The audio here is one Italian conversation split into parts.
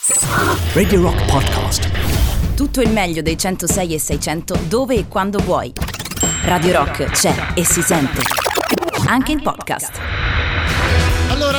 Radio Rock Podcast. Tutto il meglio dei 106 e 600 dove e quando vuoi. Radio Rock c'è e si sente anche in podcast. Allora,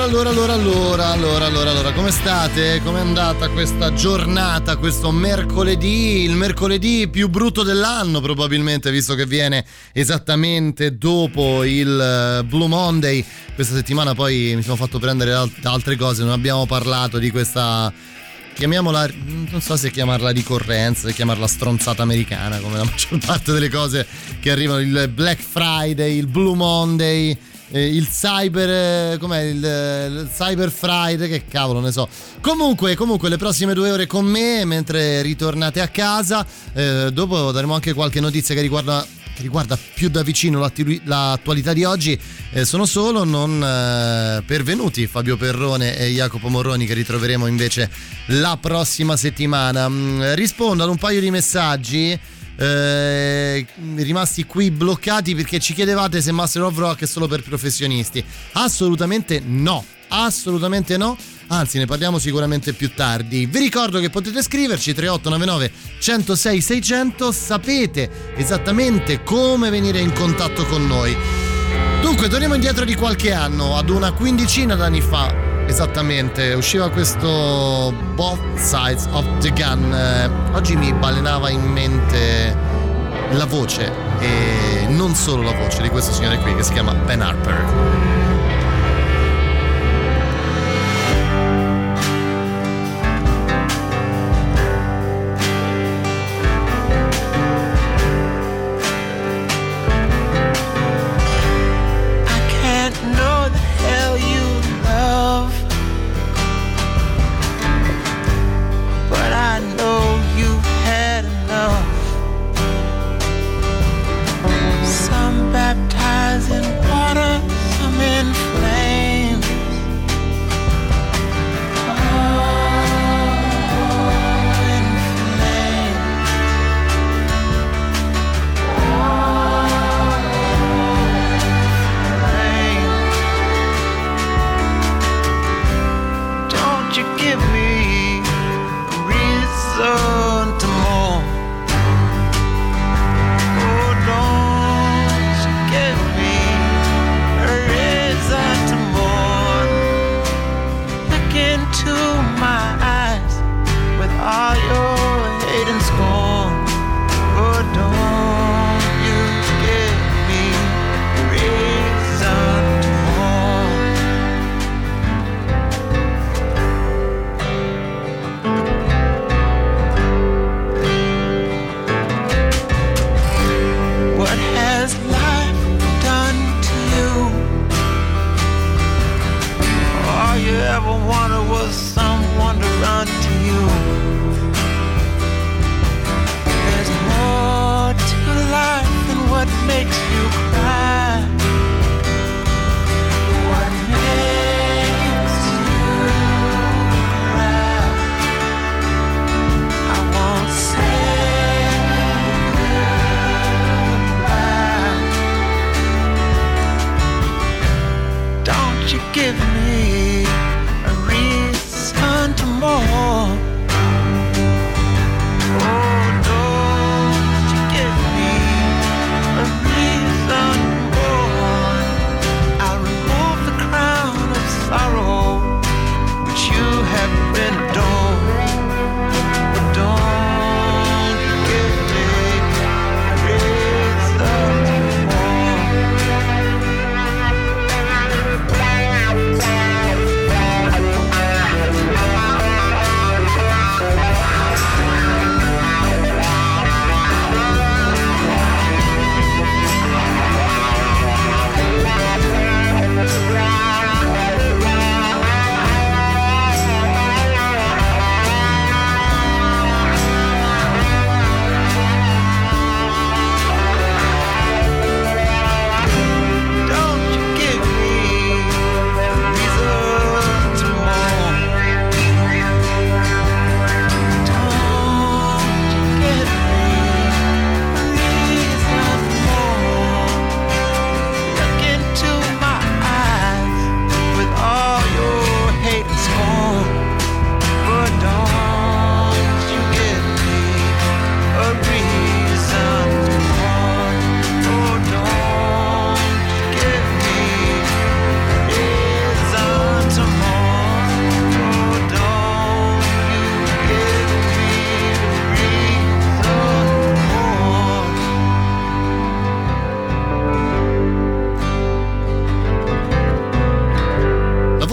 come state? Com'è andata questa giornata, questo mercoledì, il mercoledì più brutto dell'anno probabilmente, visto che viene esattamente dopo il Blue Monday. Questa settimana poi mi sono fatto prendere da altre cose, non abbiamo parlato di questa, chiamiamola, non so se chiamarla ricorrenza, se chiamarla stronzata americana, come la maggior parte delle cose che arrivano, il Black Friday, il Blue Monday, il Cyber, com'è, il Cyber Friday, che cavolo ne so. Comunque le prossime 2 ore con me mentre ritornate a casa. Dopo daremo anche qualche notizia che riguarda più da vicino l'attualità di oggi. Sono solo non pervenuti Fabio Perrone e Jacopo Morroni, che ritroveremo invece la prossima settimana. Rispondo ad un paio di messaggi rimasti qui bloccati perché ci chiedevate se Master of Rock è solo per professionisti. Assolutamente no, anzi ne parliamo sicuramente più tardi. Vi ricordo che potete scriverci 3899 106 600, sapete esattamente come venire in contatto con noi. Dunque torniamo indietro di qualche anno, ad una quindicina d'anni fa esattamente, usciva questo Both Sides of the Gun. Oggi mi balenava in mente la voce, e non solo la voce, di questo signore qui che si chiama Ben Harper.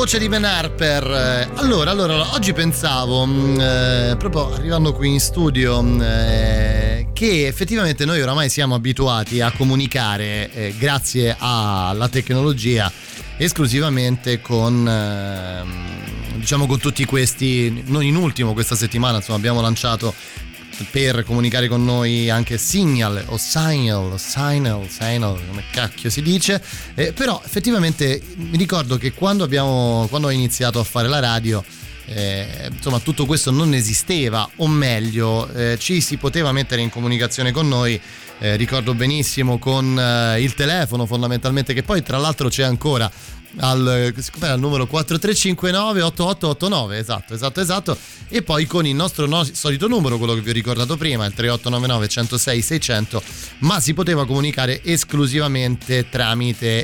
voce di Ben Harper. Allora, oggi pensavo, proprio arrivando qui in studio, che effettivamente noi oramai siamo abituati a comunicare grazie alla tecnologia esclusivamente con tutti questi. Noi in ultimo questa settimana abbiamo lanciato per comunicare con noi anche Signal o Signal, come cacchio si dice, però effettivamente mi ricordo che quando ho iniziato a fare la radio, tutto questo non esisteva, o meglio, ci si poteva mettere in comunicazione con noi, ricordo benissimo, con il telefono fondamentalmente, che poi tra l'altro c'è ancora al numero 4359 8889, esatto, e poi con il nostro solito numero, quello che vi ho ricordato prima, il 3899 106 600, ma si poteva comunicare esclusivamente tramite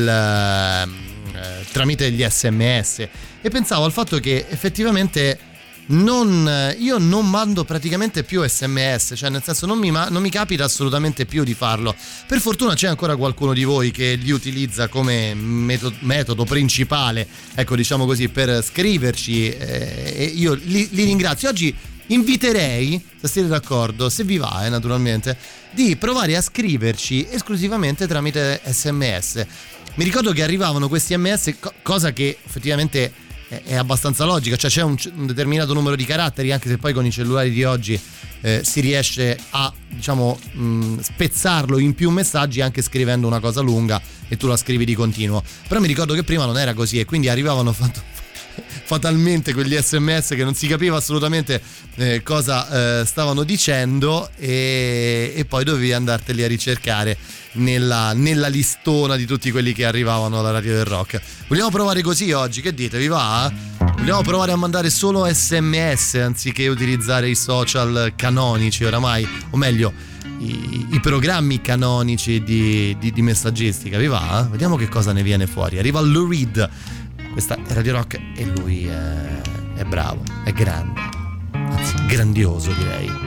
gli SMS. E pensavo al fatto che effettivamente io non mando praticamente più SMS, cioè nel senso non mi capita assolutamente più di farlo. Per fortuna c'è ancora qualcuno di voi che li utilizza come metodo principale, ecco, diciamo così, per scriverci, e io li ringrazio. Oggi inviterei, se siete d'accordo, se vi va naturalmente, di provare a scriverci esclusivamente tramite SMS. Mi ricordo che arrivavano questi SMS, cosa che effettivamente è abbastanza logica, cioè c'è un determinato numero di caratteri, anche se poi con i cellulari di oggi si riesce a spezzarlo in più messaggi anche scrivendo una cosa lunga e tu la scrivi di continuo. Però mi ricordo che prima non era così, e quindi arrivavano fatalmente quegli SMS che non si capiva assolutamente cosa stavano dicendo, e poi dovevi andarteli a ricercare nella listona di tutti quelli che arrivavano alla Radio del Rock. Vogliamo provare così oggi? Che dite? Vi va? Vogliamo provare a mandare solo SMS anziché utilizzare i social canonici oramai, o meglio i programmi canonici di messaggistica? Vi va? Vediamo che cosa ne viene fuori. Arriva Lou Reed, questa è Radio Rock e lui è bravo, è grande, anzi grandioso direi.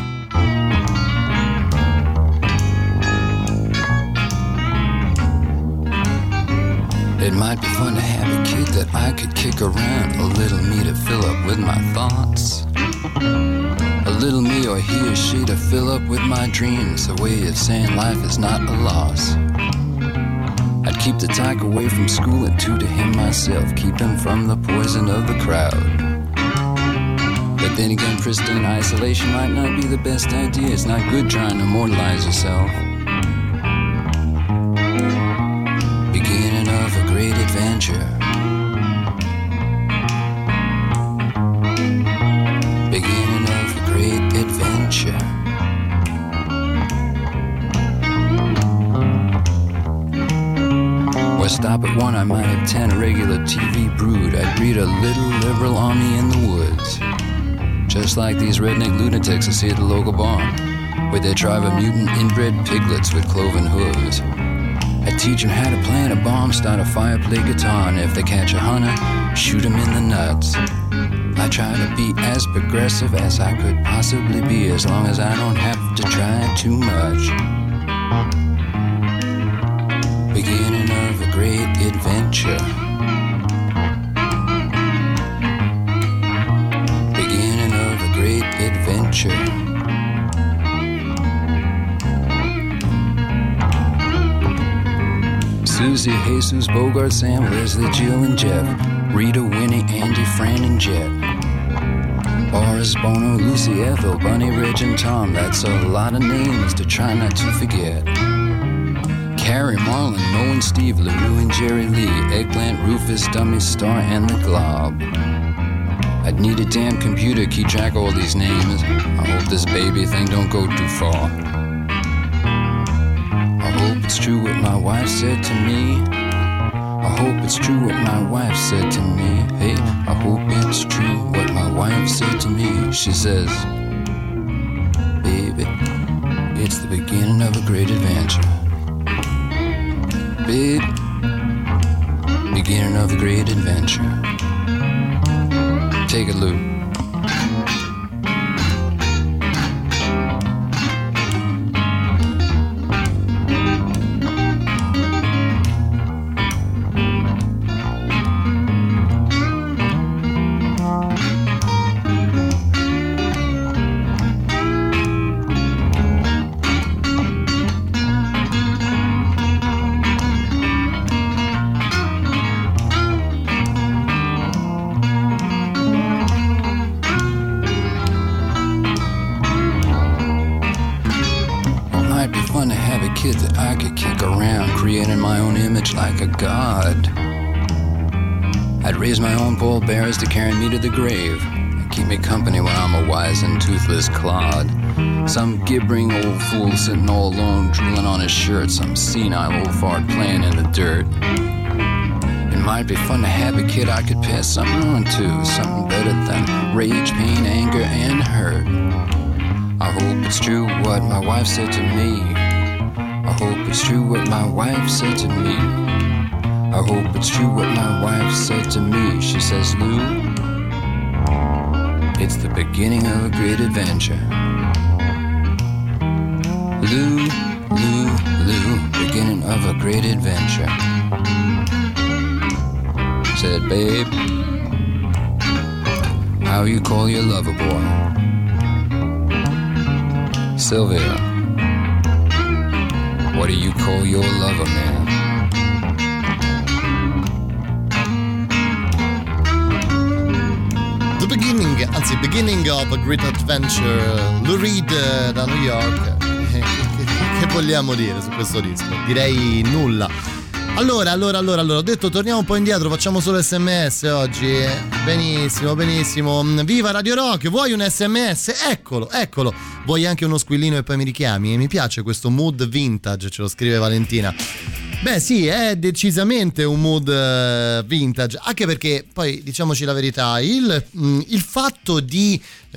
It might be fun to have a kid that I could kick around, a little me to fill up with my thoughts, a little me or he or she to fill up with my dreams, a way of saying life is not a loss. I'd keep the tyke away from school and two to him myself, keep him from the poison of the crowd. But then again, pristine isolation might not be the best idea. It's not good trying to immortalize yourself. Beginning of a great adventure. Beginning of a great adventure. Or stop at one, I might have 10, a regular TV brood. I'd breed a little liberal army in the woods, just like these redneck lunatics I see at the local barn, with their tribe of mutant inbred piglets with cloven hooves. I'd teach them how to plant a bomb, start a fire, play guitar, and if they catch a hunter, shoot him in the nuts. I try to be as progressive as I could possibly be, as long as I don't have to try too much. Beginning of a great adventure. Beginning of a great adventure. Susie, Jesus, Bogart, Sam, Leslie, Jill, and Jeff, Rita, Winnie, Andy, Fran, and Jet, Boris, Bono, Lucy, Ethel, Bunny, Reg, and Tom. That's a lot of names to try not to forget. Carrie, Marlon, Mo, and Steve, LaRue, and Jerry Lee, Eggplant, Rufus, Dummy, Star, and the Glob. I'd need a damn computer to keep track of all these names. I hope this baby thing don't go too far. I hope it's true what my wife said to me. I hope it's true what my wife said to me. Hey, I hope it's true what my wife said to me. She says, baby, it's the beginning of a great adventure. Babe, beginning of a great adventure. Take it, Lou. kid that I could kick around, creating my own image like a god. I'd raise my own pole bearers to carry me to the grave, and keep me company when I'm a wise and toothless clod. Some gibbering old fool sitting all alone, drooling on his shirt, some senile old fart playing in the dirt. It might be fun to have a kid I could pass something on to, something better than rage, pain, anger, and hurt. I hope it's true what my wife said to me. I hope it's true what my wife said to me. I hope it's true what my wife said to me. She says, Lou, it's the beginning of a great adventure. Lou, Lou, Lou, beginning of a great adventure. Said, babe, how you call your lover boy? Sylvia, what do you call your lover man? The beginning of a great adventure. Lou Reed da New York. Che vogliamo dire su questo disco? Direi nulla. Allora, ho detto torniamo un po' indietro, facciamo solo SMS oggi. Benissimo. Viva Radio Rock, vuoi un SMS? Eccolo. Vuoi anche uno squillino e poi mi richiami? Mi piace questo mood vintage, ce lo scrive Valentina. Beh sì, è decisamente un mood vintage, anche perché poi diciamoci la verità, il fatto di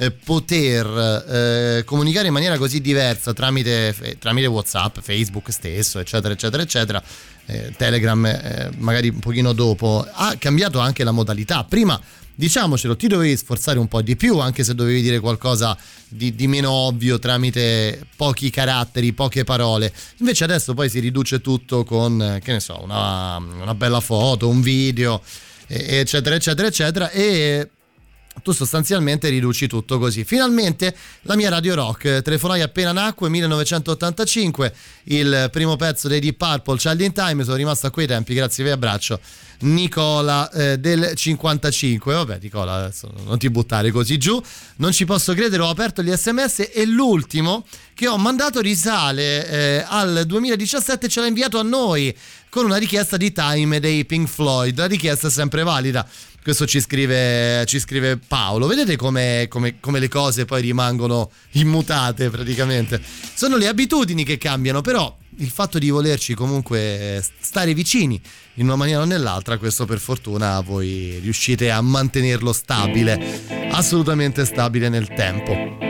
poter comunicare in maniera così diversa tramite WhatsApp, Facebook stesso, eccetera, Telegram magari un pochino dopo, ha cambiato anche la modalità. Prima, diciamocelo, ti dovevi sforzare un po' di più, anche se dovevi dire qualcosa di meno ovvio tramite pochi caratteri, poche parole. Invece adesso poi si riduce tutto con, che ne so, una bella foto, un video, eccetera, e tu sostanzialmente riduci tutto così. Finalmente la mia Radio Rock, telefonai appena nacque, 1985, il primo pezzo dei Deep Purple, Child in Time. Sono rimasto a quei tempi, grazie, vi abbraccio, Nicola del 55. Vabbè Nicola, adesso non ti buttare così giù, non ci posso credere, ho aperto gli SMS e l'ultimo che ho mandato risale al 2017, ce l'ha inviato a noi con una richiesta di Time dei Pink Floyd. La richiesta è sempre valida. Questo ci scrive Paolo. Vedete come le cose poi rimangono immutate praticamente. Sono le abitudini che cambiano, però il fatto di volerci comunque stare vicini in una maniera o nell'altra, questo per fortuna voi riuscite a mantenerlo stabile, assolutamente stabile nel tempo.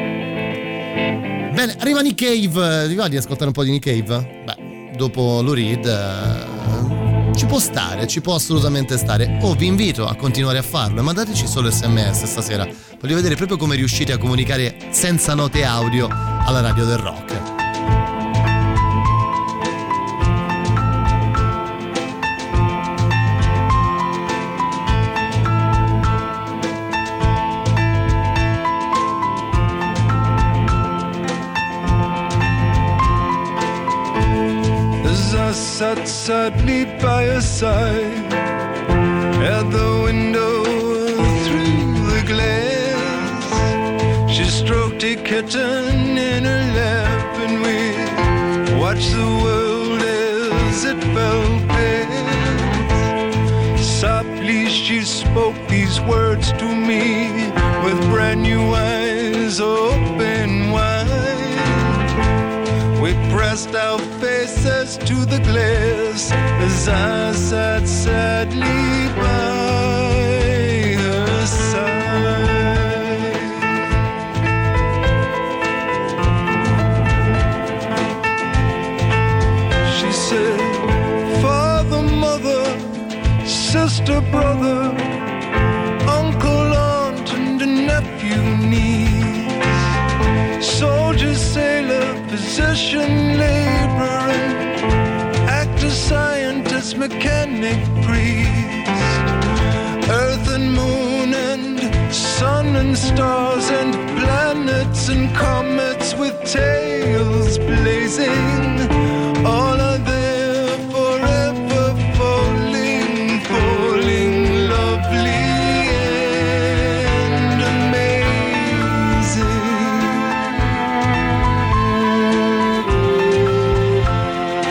Bene, arriva Nick Cave. Vi va di ascoltare un po' di Nick Cave? Beh, dopo Lou Reed ci può assolutamente stare. Vi invito a continuare a farlo e mandateci solo SMS stasera. Voglio vedere proprio come riuscite a comunicare senza note audio alla radio del rock. Sat sadly by her side at the window through the glass. She stroked a kitten in her lap and we watched the world as it fell past. Softly she spoke these words to me with brand new eyes open wide. We pressed our faces to the glass as I sat sadly by her side. She said, Father, mother, sister, brother, uncle, aunt, and a nephew, niece, soldier, sailor, physician, laborer, actor, scientist, mechanic, priest, earth and moon and sun and stars and planets and comets with tails blazing, all are there forever falling, lovely and amazing.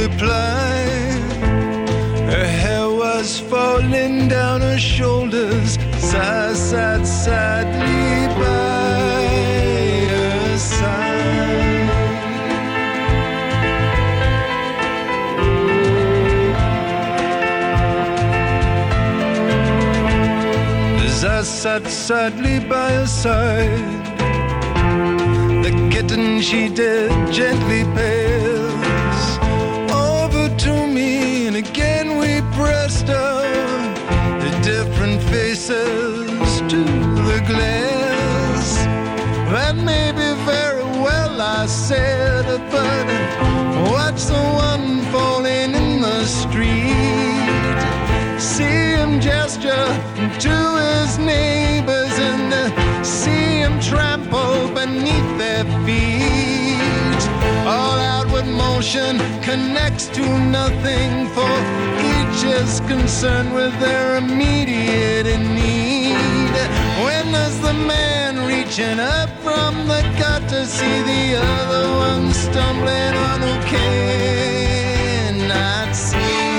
reply. Her hair was falling down her shoulders as I sat sadly by her side. As I sat sadly by her side, the kitten she did gently pass over to me, and again we pressed our different faces to the glass. That may be very well, I said, but watch the one falling in the street. See him gesture to his neighbors and see him trample beneath their feet. All outward motion connects to nothing, for each is concerned with their immediate need. When does the man reaching up from the gutter see the other one stumbling on who cannot see?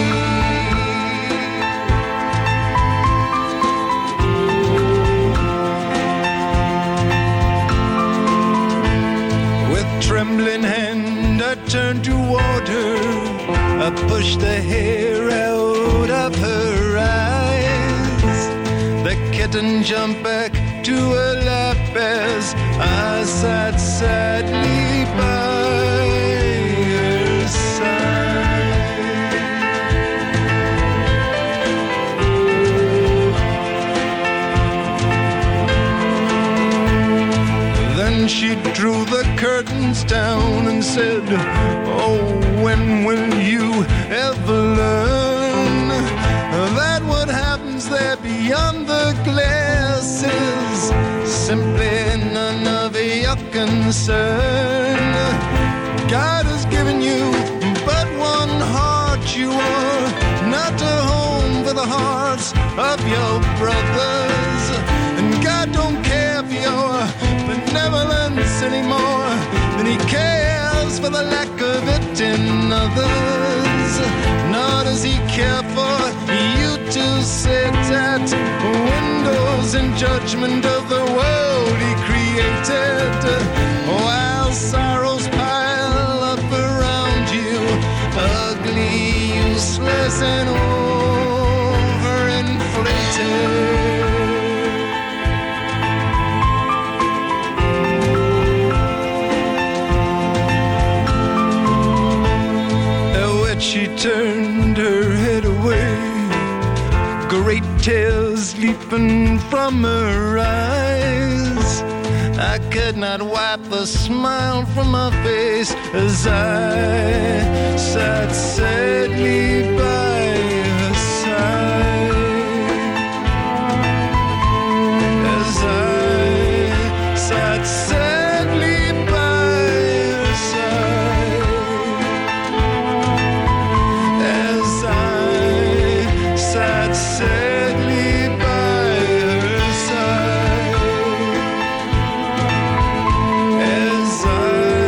Trembling hand, I turned toward her. I pushed the hair out of her eyes. The kitten jumped back to her lap as I sat sadly by her side. Then she drew the curtains down and said, oh, when will you ever learn that what happens there beyond the glass is simply none of your concern? God has given you but one heart. You are not a home for the hearts of your brothers, and God don't care for your benevolence anymore than he cares for the lack of it in others. Nor does he care for you to sit at windows in judgment of the world he created, while sorrows pile up around you, ugly, useless, and overinflated. She turned her head away, great tears leaping from her eyes. I could not wipe the smile from her face as I sat sadly by her side. As I sat sadly by her side. Sat sadly by her side, as I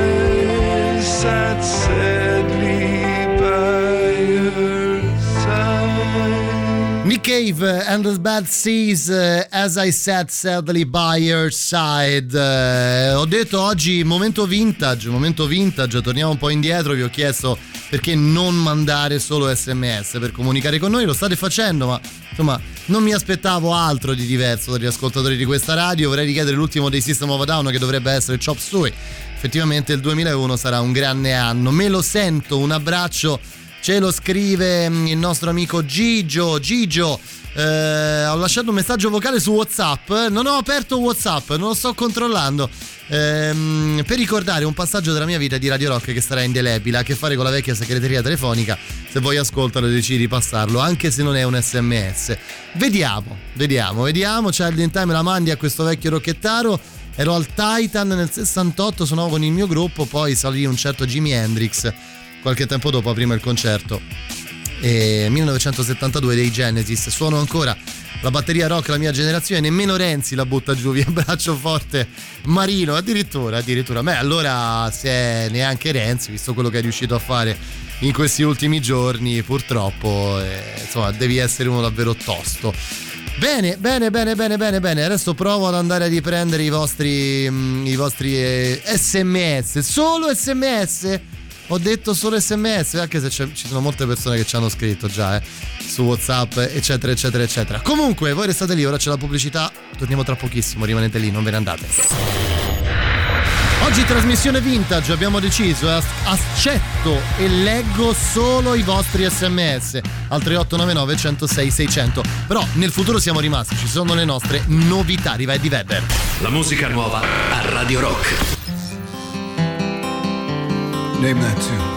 sat sadly by her side. Nick Cave and the Bad Seas, As I Sat Sadly by Your Side. Ho detto oggi momento vintage, torniamo un po' indietro. Vi ho chiesto perché non mandare solo SMS per comunicare con noi, lo state facendo, ma insomma non mi aspettavo altro di diverso dagli ascoltatori di questa radio. Vorrei richiedere l'ultimo dei System of a Down, che dovrebbe essere Chop Suey. Effettivamente il 2001 sarà un grande anno, me lo sento. Un abbraccio, ce lo scrive il nostro amico Gigio. Ho lasciato un messaggio vocale su WhatsApp, non ho aperto WhatsApp, non lo sto controllando, per ricordare un passaggio della mia vita di Radio Rock che sarà indelebile, ha a che fare con la vecchia segreteria telefonica. Se vuoi ascoltalo e decidi di passarlo, anche se non è un SMS. Vediamo. Child in Time la mandi a questo vecchio rocchettaro. Ero al Titan nel 68, suonavo con il mio gruppo, poi salì un certo Jimi Hendrix qualche tempo dopo, prima il concerto. 1972 dei Genesis. Suono ancora la batteria rock la mia generazione, nemmeno Renzi la butta giù, vi abbraccio forte Marino, addirittura. Beh, allora se neanche Renzi, visto quello che è riuscito a fare in questi ultimi giorni, purtroppo insomma devi essere uno davvero tosto. Bene. Adesso provo ad andare a riprendere i vostri SMS. Solo SMS? Ho detto solo SMS, anche se ci sono molte persone che ci hanno scritto già su WhatsApp, eccetera. Comunque, voi restate lì, ora c'è la pubblicità. Torniamo tra pochissimo, rimanete lì, non ve ne andate. Oggi trasmissione vintage, abbiamo deciso, accetto e leggo solo i vostri SMS al 3899 106 600. Però nel futuro siamo rimasti, ci sono le nostre novità. Arriva Eddie Vedder. La musica nuova a Radio Rock. Name that tune.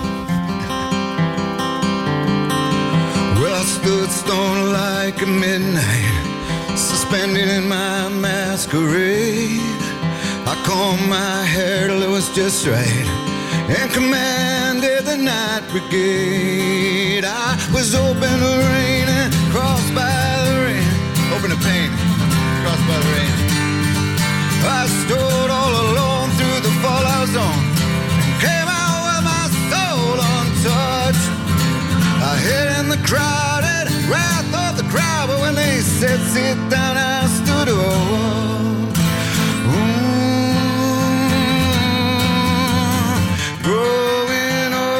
Well, I stood stone like a midnight, suspended in my masquerade. I combed my hair till it was just right and commanded the night brigade. I was open to rain and crossed by the rain. Open to pain, crossed by the rain. I stood all alone through the fallout zone and came out with my soul untouched. I hid in the crowded wrath of the crowd, but when they said sit down, I stood up. Growing up.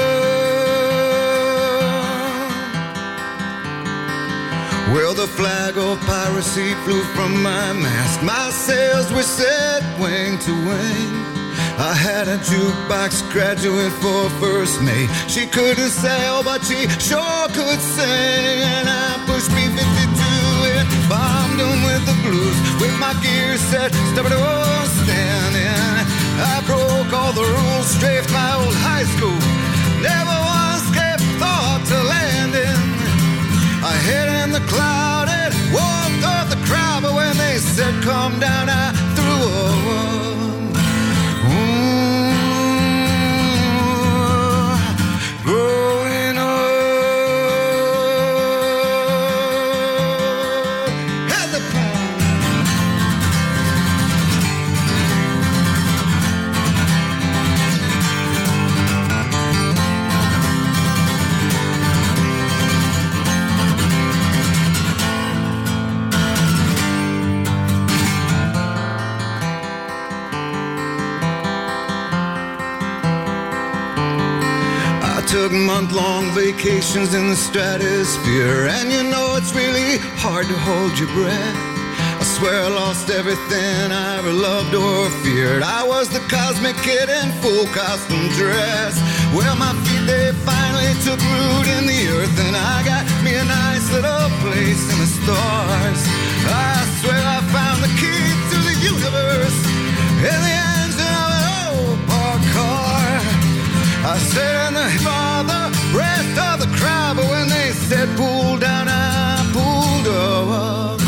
Well, the flag of piracy flew from my mast. My sails were set wing to wing. I had a jukebox graduate for first mate. She couldn't sail, but she sure could sing. And I pushed B-52 and bombed them with the blues. With my gear set, stubborn was standing. I broke all the rules, strafed my old high school. Never once gave thought to landing. I hid in the cloud and walked off the crowd, but when they said come down, I threw over. Growing up. Had the took month-long vacations in the stratosphere, and you know it's really hard to hold your breath. I swear I lost everything I ever loved or feared. I was the cosmic kid in full costume dress. Well, my feet, they finally took root in the earth, and I got me a nice little place in the stars. I swear I found the key to the universe in the engine of an old parked car. I said in the father rest of the crowd, but when they said pull down, I pulled up.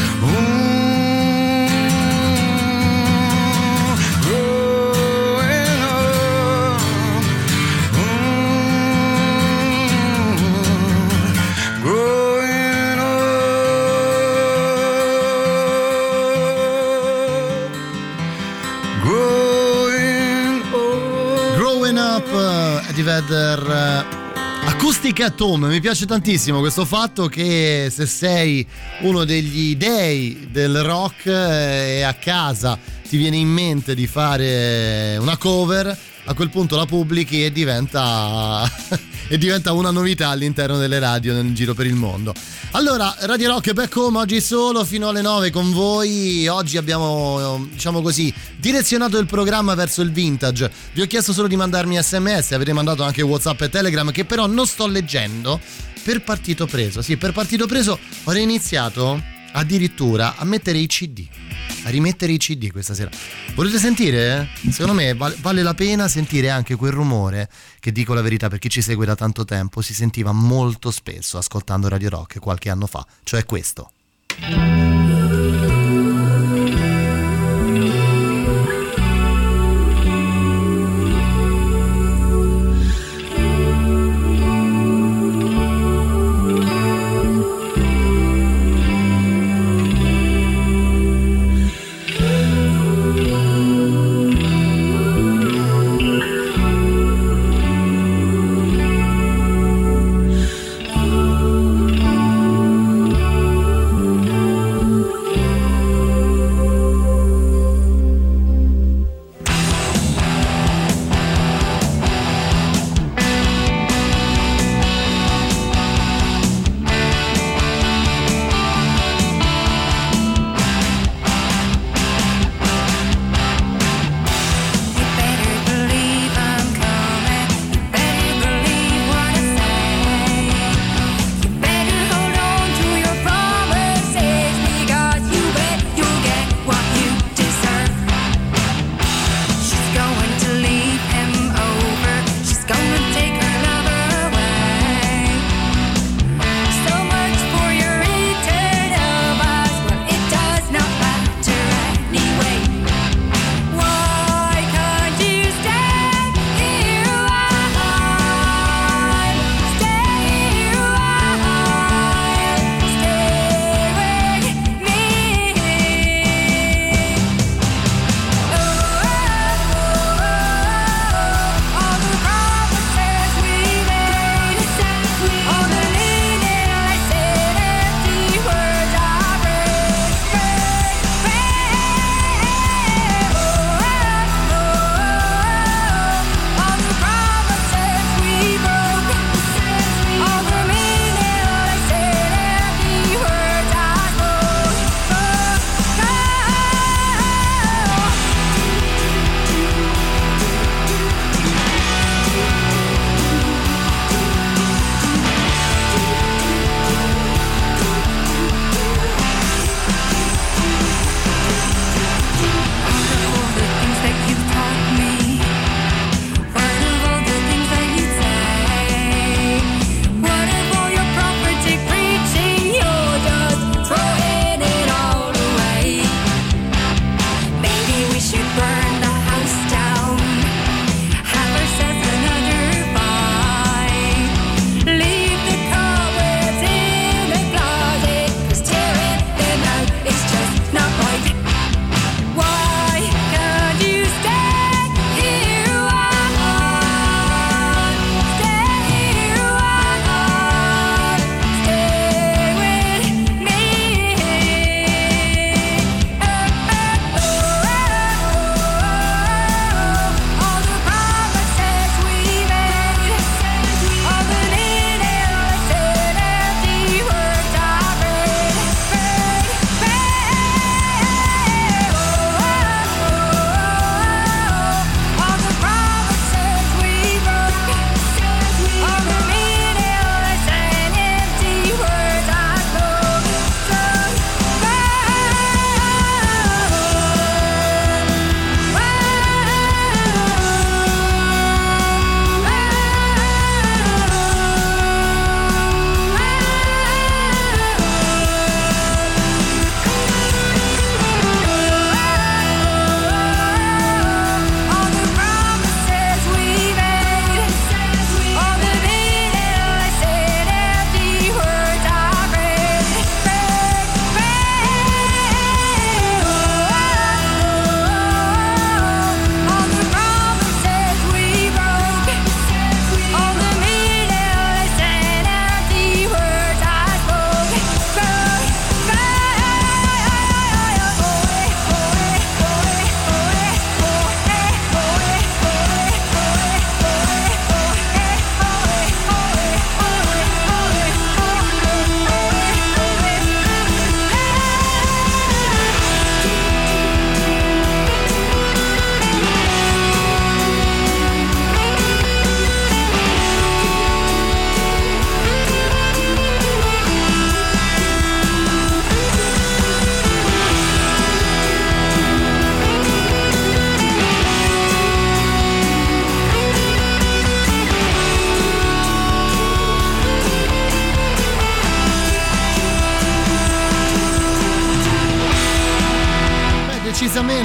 Growing up, growing up, growing up. Eddie Vedder, Acustica Tom. Mi piace tantissimo questo fatto che se sei uno degli dei del rock e a casa ti viene in mente di fare una cover, a quel punto la pubblichi e diventa una novità all'interno delle radio nel giro per il mondo. Allora, Radio Rock è back home oggi solo fino alle 9 con voi. Oggi abbiamo, diciamo così, direzionato il programma verso il vintage. Vi ho chiesto solo di mandarmi SMS, avete mandato anche WhatsApp e Telegram, che però non sto leggendo per partito preso. Sì, per partito preso ho iniziato addirittura a mettere i CD, a rimettere i CD questa sera. Volete sentire? Secondo me vale la pena sentire anche quel rumore che, dico la verità, per chi ci segue da tanto tempo, si sentiva molto spesso ascoltando Radio Rock qualche anno fa, cioè questo.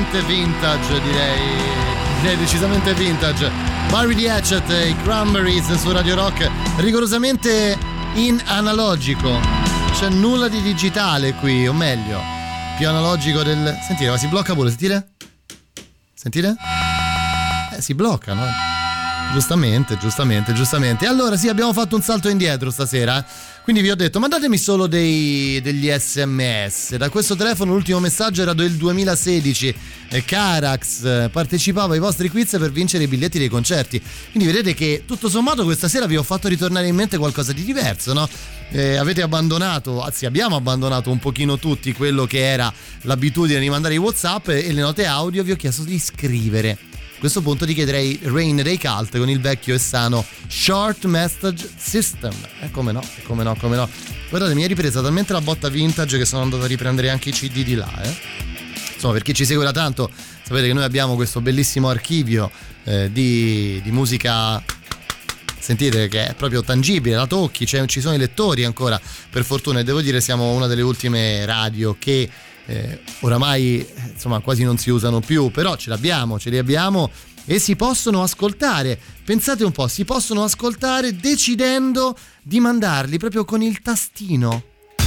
decisamente vintage, direi decisamente vintage. Barry the Hatchet e i Cranberries su Radio Rock, rigorosamente in analogico, c'è nulla di digitale qui, o meglio, più analogico del... Sentite, ma si blocca pure, sentite? Si blocca, no? Giustamente. Allora sì, abbiamo fatto un salto indietro stasera, quindi vi ho detto mandatemi solo degli SMS. Da questo telefono l'ultimo messaggio era del 2016, Carax partecipava ai vostri quiz per vincere i biglietti dei concerti, quindi vedete che tutto sommato questa sera vi ho fatto ritornare in mente qualcosa di diverso, no? Avete abbandonato, anzi abbiamo abbandonato un pochino tutti quello che era l'abitudine di mandare i WhatsApp e le note audio. Vi ho chiesto di scrivere. A questo punto ti chiederei Rain dei Cult con il vecchio e sano Short Message System. Come no. Guardate, mi è ripresa talmente la botta vintage che sono andato a riprendere anche i CD di là. Insomma, per chi ci segue da tanto, sapete che noi abbiamo questo bellissimo archivio di musica. Sentite che è proprio tangibile, la tocchi, ci sono i lettori ancora, per fortuna, e devo dire siamo una delle ultime radio che oramai insomma quasi non si usano più, però ce li abbiamo e si possono ascoltare. Pensate un po', si possono ascoltare decidendo di mandarli proprio con il tastino.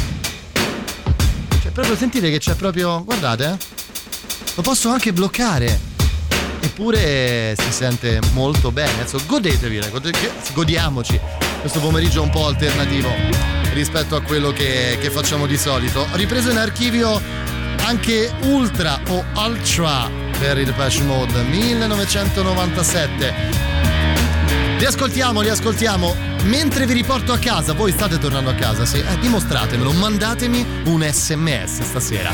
Cioè proprio sentite che c'è proprio, guardate, lo posso anche bloccare, eppure si sente molto bene. Adesso godiamoci questo pomeriggio un po' alternativo rispetto a quello che facciamo di solito. Ho ripreso in archivio anche Ultra o Ultra per il Depeche Mode 1997. Li ascoltiamo mentre vi riporto a casa. Voi state tornando a casa, sì? Dimostratemelo, mandatemi un SMS stasera.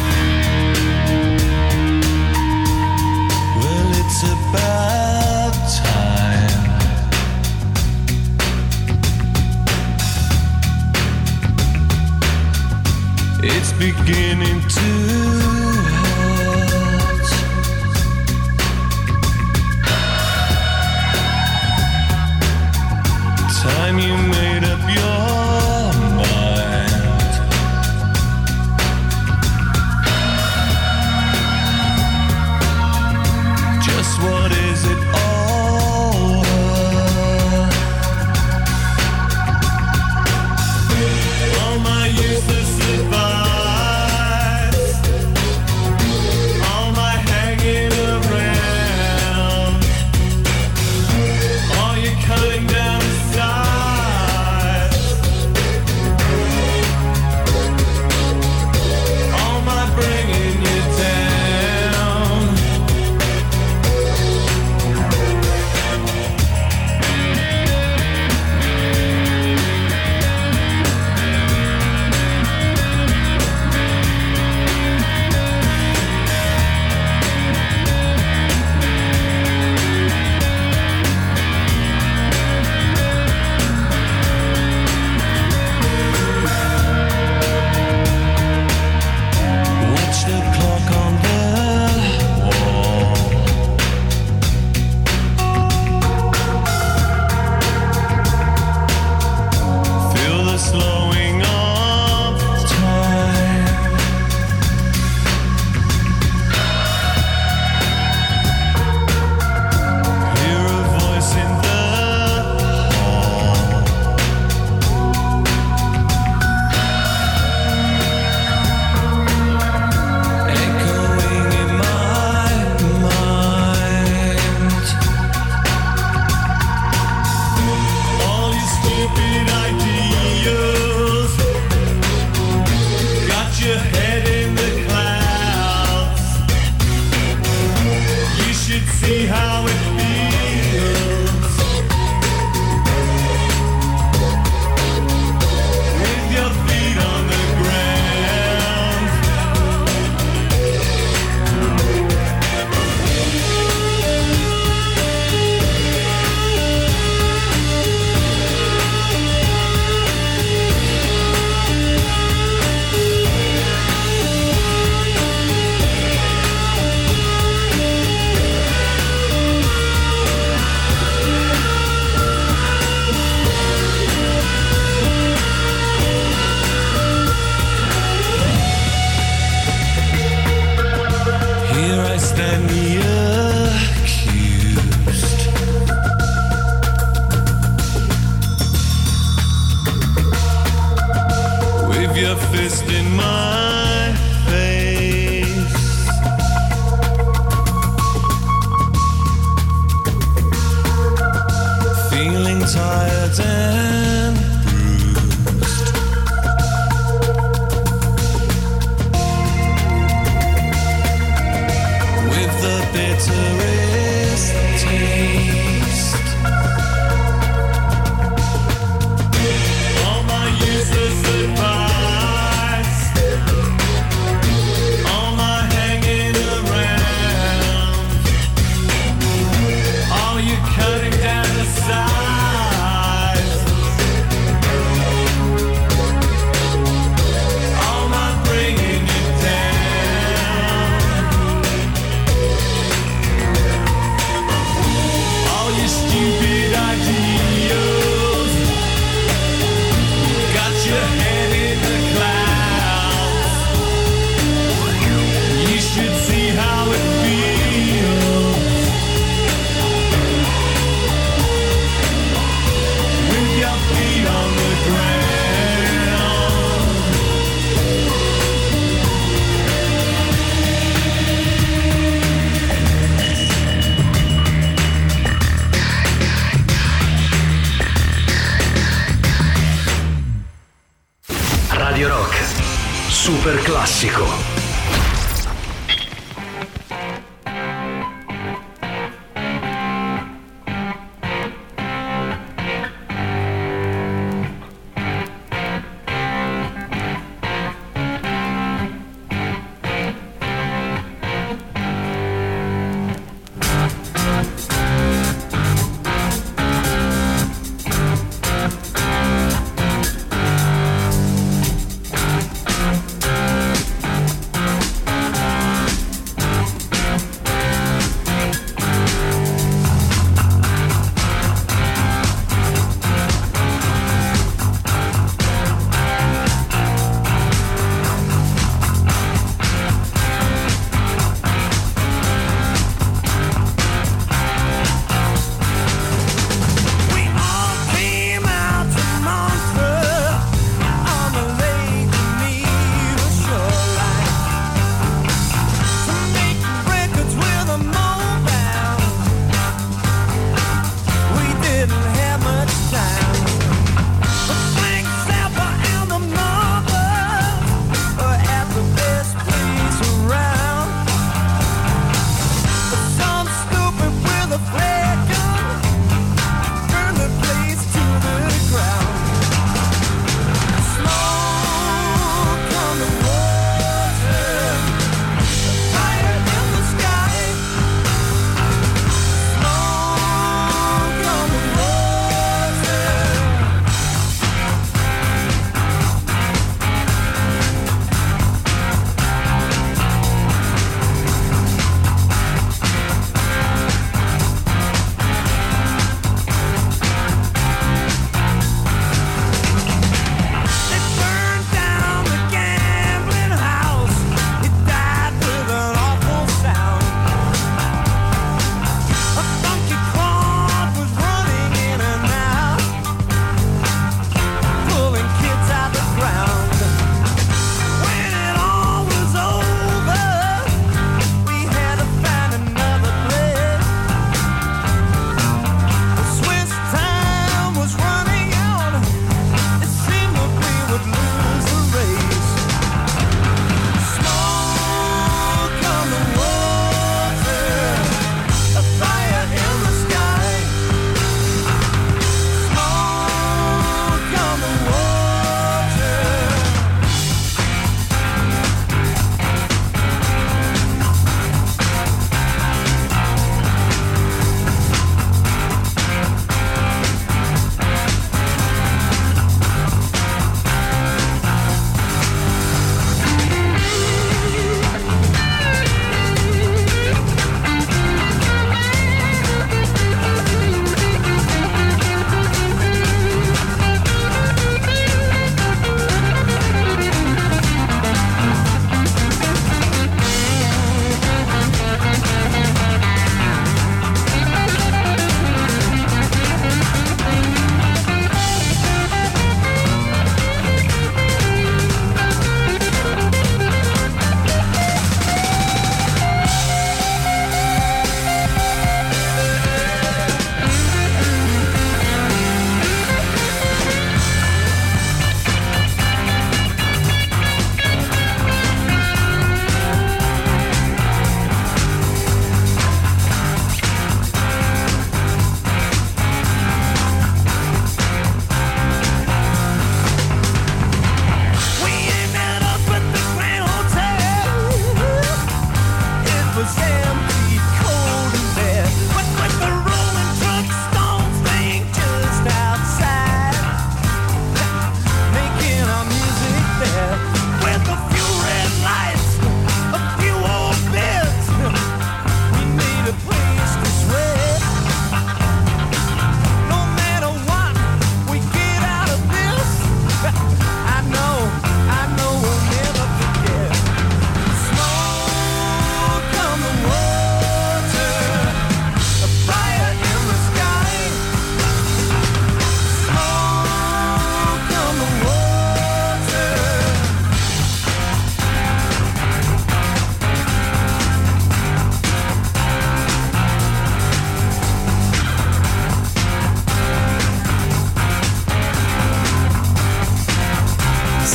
Well, it's about time. It's beginning to hurt. Time you made up your mind. Just what is it all worth? All my useless advice. Cutting down the side. your fist in my face. Feeling tired and bruised. With the bitterest taste. All my useless advice, all my hanging around, all you cutting down the sides, all my bringing you down, all your stupid ideas got your head in the clouds. You should see how it feels with your feet on the ground. Radio Rock, super classico.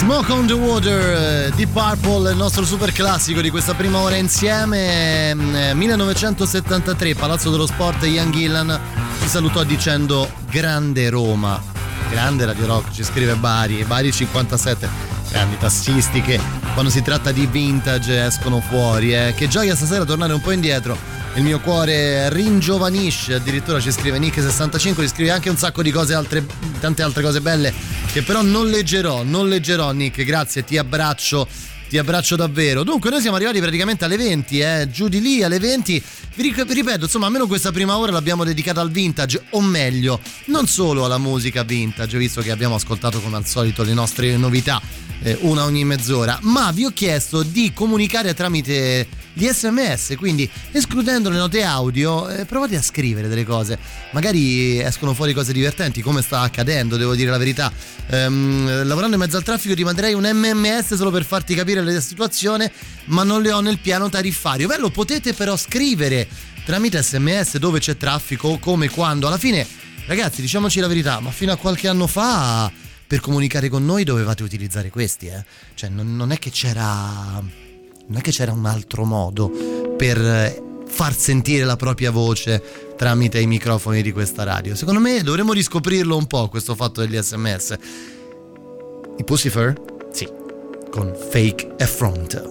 Smoke on the Water, Deep Purple, il nostro super classico di questa prima ora insieme. 1973, Palazzo dello Sport, Ian Gillan ci salutò dicendo grande Roma, grande Radio Rock, ci scrive Bari 57, grandi tassisti che quando si tratta di vintage escono fuori, che gioia stasera tornare un po' indietro. Il mio cuore ringiovanisce, addirittura ci scrive Nick65, ci scrive anche un sacco di cose altre, tante altre cose belle che però non leggerò Nick, grazie, ti abbraccio davvero. Dunque noi siamo arrivati praticamente alle 20, giù di lì alle 20, vi ripeto, insomma almeno questa prima ora l'abbiamo dedicata al vintage, o meglio, non solo alla musica vintage, visto che abbiamo ascoltato come al solito le nostre novità, una ogni mezz'ora, ma vi ho chiesto di comunicare tramite gli SMS, quindi escludendo le note audio, provate a scrivere delle cose, magari escono fuori cose divertenti, come sta accadendo, devo dire la verità. Lavorando in mezzo al traffico ti manderei un MMS solo per farti capire la situazione, ma non le ho nel piano tariffario. Beh, lo potete però scrivere tramite SMS dove c'è traffico, come, quando. Alla fine, ragazzi, diciamoci la verità, ma fino a qualche anno fa per comunicare con noi dovevate utilizzare questi, cioè non è che c'era un altro modo per far sentire la propria voce tramite i microfoni di questa radio. Secondo me dovremmo riscoprirlo un po', questo fatto degli SMS. I Puscifer? Sì, con Fake Affront.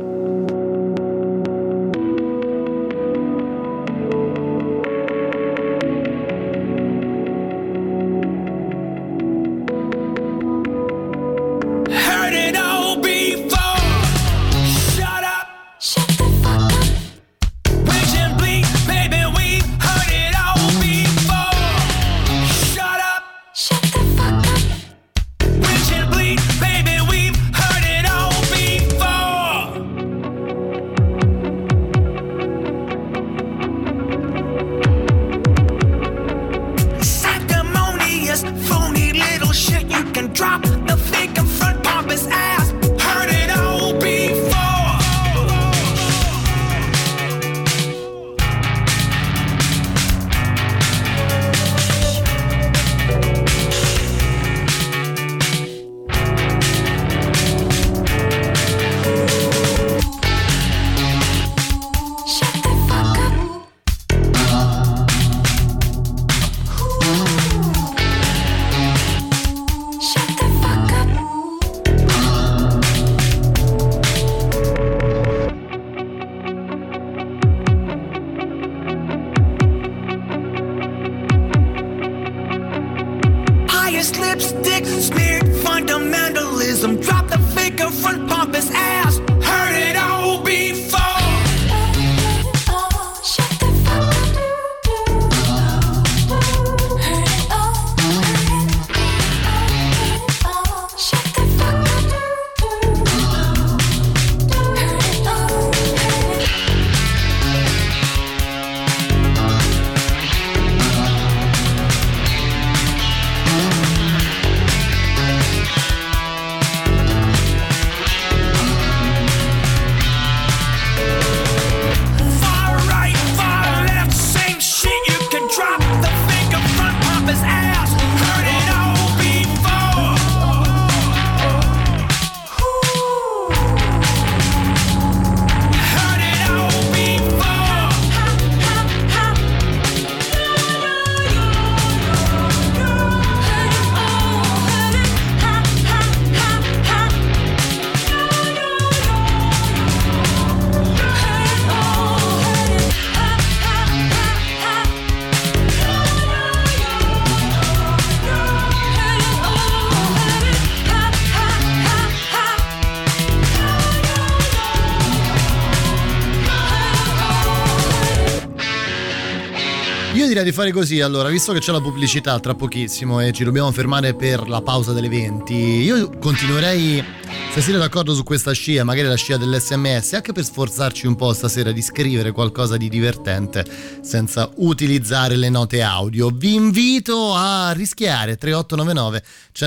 Di fare così, allora, visto che c'è la pubblicità tra pochissimo e ci dobbiamo fermare per la pausa delle 20, io continuerei, se siete d'accordo su questa scia, magari la scia dell'SMS, anche per sforzarci un po' stasera di scrivere qualcosa di divertente senza utilizzare le note audio. Vi invito a rischiare 3899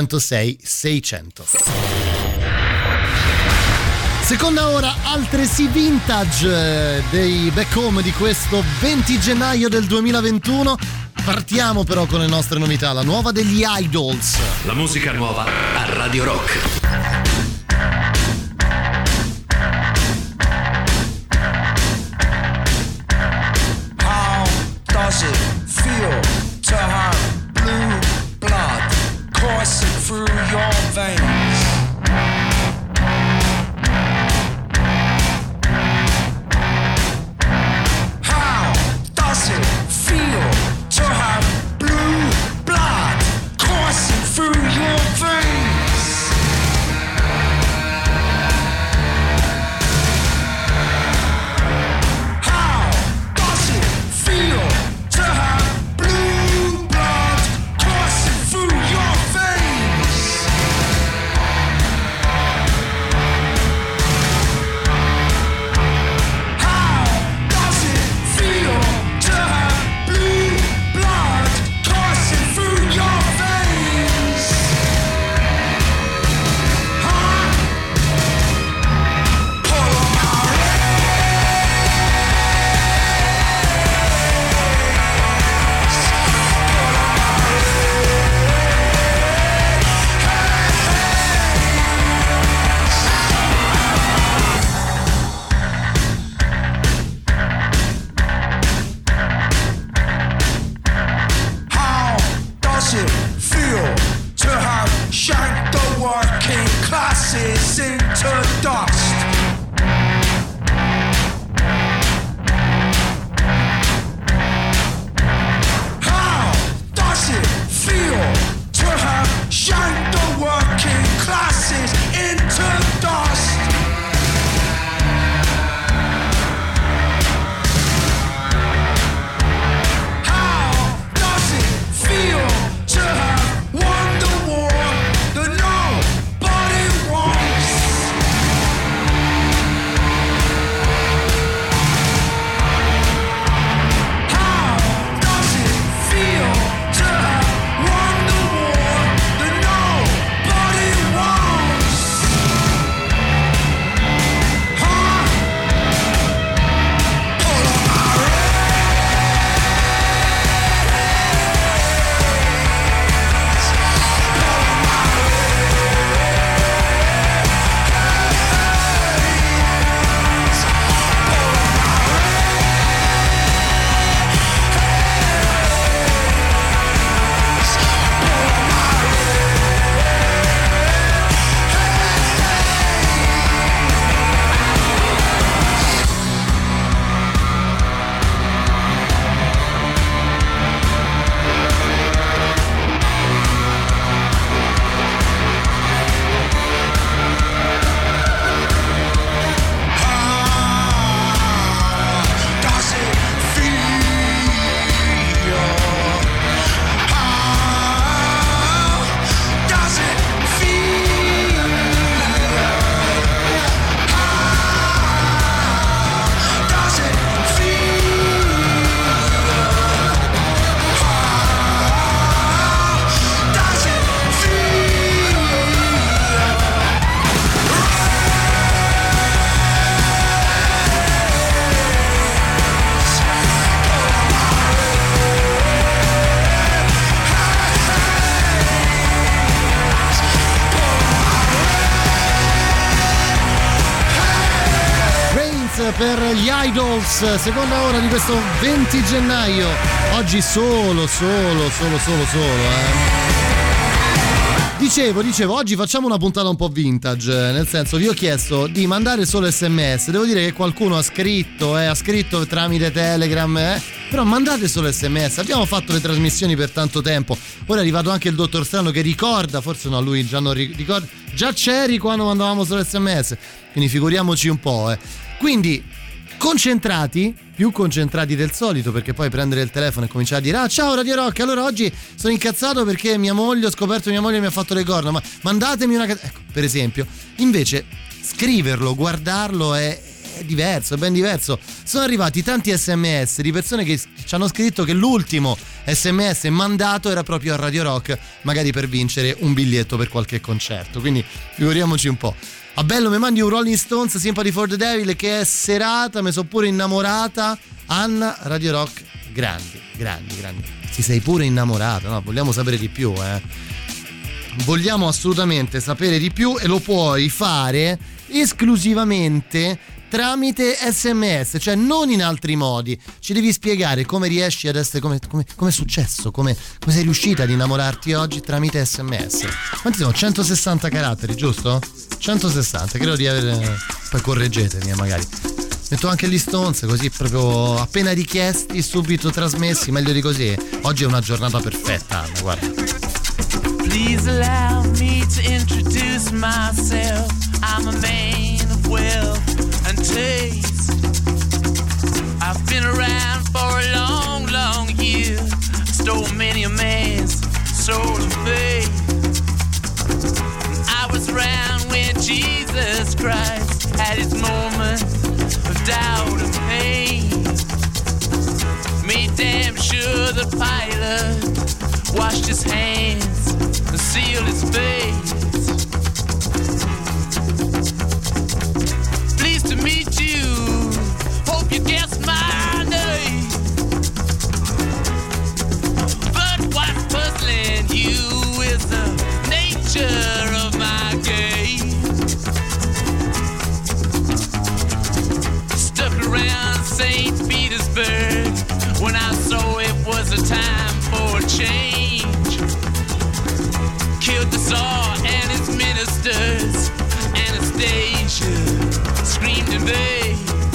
106 600. Seconda ora, altresì vintage dei Back Home di questo 20 gennaio del 2021. Partiamo però con le nostre novità, la nuova degli Idols. La musica nuova a Radio Rock. through your veins. How does it feel to have blue blood coursing through your veins? How does it feel to have blue blood coursing through your veins? How does it feel to have blue blood coursing through your veins? Huh? Pull 'em out. How does it feel to have shanked the working classes into dust? How does it feel to have shanked the working classes into dust? How does it feel to have won the war that nobody wants? How does it feel to have won the war that nobody wants? Huh? Pull 'em out. Does it feel? How does it feel? How does it feel? How does it feel? Rains per gli Idols, seconda ora di questo 20 gennaio. Oggi solo. Dicevo, oggi facciamo una puntata un po' vintage, nel senso vi ho chiesto di mandare solo SMS. Devo dire che qualcuno ha scritto tramite Telegram, però mandate solo SMS. Abbiamo fatto le trasmissioni per tanto tempo, ora è arrivato anche il dottor Strano che ricorda, forse no, lui già non ricorda, già c'eri quando mandavamo solo SMS, quindi figuriamoci un po'. Quindi più concentrati del solito, perché poi prendere il telefono e cominciare a dire ciao Radio Rock, allora oggi sono incazzato perché ho scoperto che mia moglie mi ha fatto le corna, ma mandatemi una ecco, per esempio. Invece scriverlo, guardarlo è diverso, è ben diverso. Sono arrivati tanti SMS di persone che ci hanno scritto che l'ultimo SMS mandato era proprio a Radio Rock, magari per vincere un biglietto per qualche concerto, quindi figuriamoci un po'. Ah, bello, mi mandi un Rolling Stones, Sympathy for the Devil, che è serata, mi sono pure innamorata. Anna, Radio Rock, grandi. Ti sei pure innamorata, no? Vogliamo sapere di più, Vogliamo assolutamente sapere di più, e lo puoi fare esclusivamente tramite SMS, cioè non in altri modi. Ci devi spiegare come riesci ad essere, come è successo, come sei riuscita ad innamorarti oggi tramite SMS. Quanti sono? 160 caratteri, giusto? 160, credo di avere, poi correggetemi magari. Metto anche gli Stones, così proprio appena richiesti subito trasmessi, meglio di così. Oggi è una giornata perfetta, Anna, guarda. Please allow me to introduce myself. I'm a man of wealth and taste. I've been around for a long, long year. Stole many a man's soul of faith. I was around when Jesus Christ had his moment of doubt and pain. Made damn sure the pilot washed his hands and sealed his face. Pleased to meet you, hope you guessed my name. But what's puzzling you is the nature of my game. Stuck around St. Petersburg when I saw it was a time for a change. Killed the Tsar and his ministers. Anastasia screamed in vain.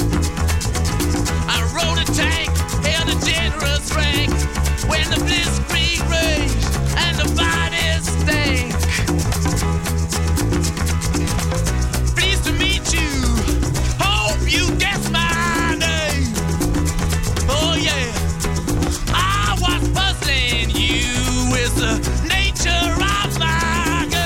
I rode a tank, held a generous rank when the blitzkrieg raged and the bodies stank. Pleased to meet you, hope you guessed my name. Oh yeah, I was puzzling you with the nature of my game.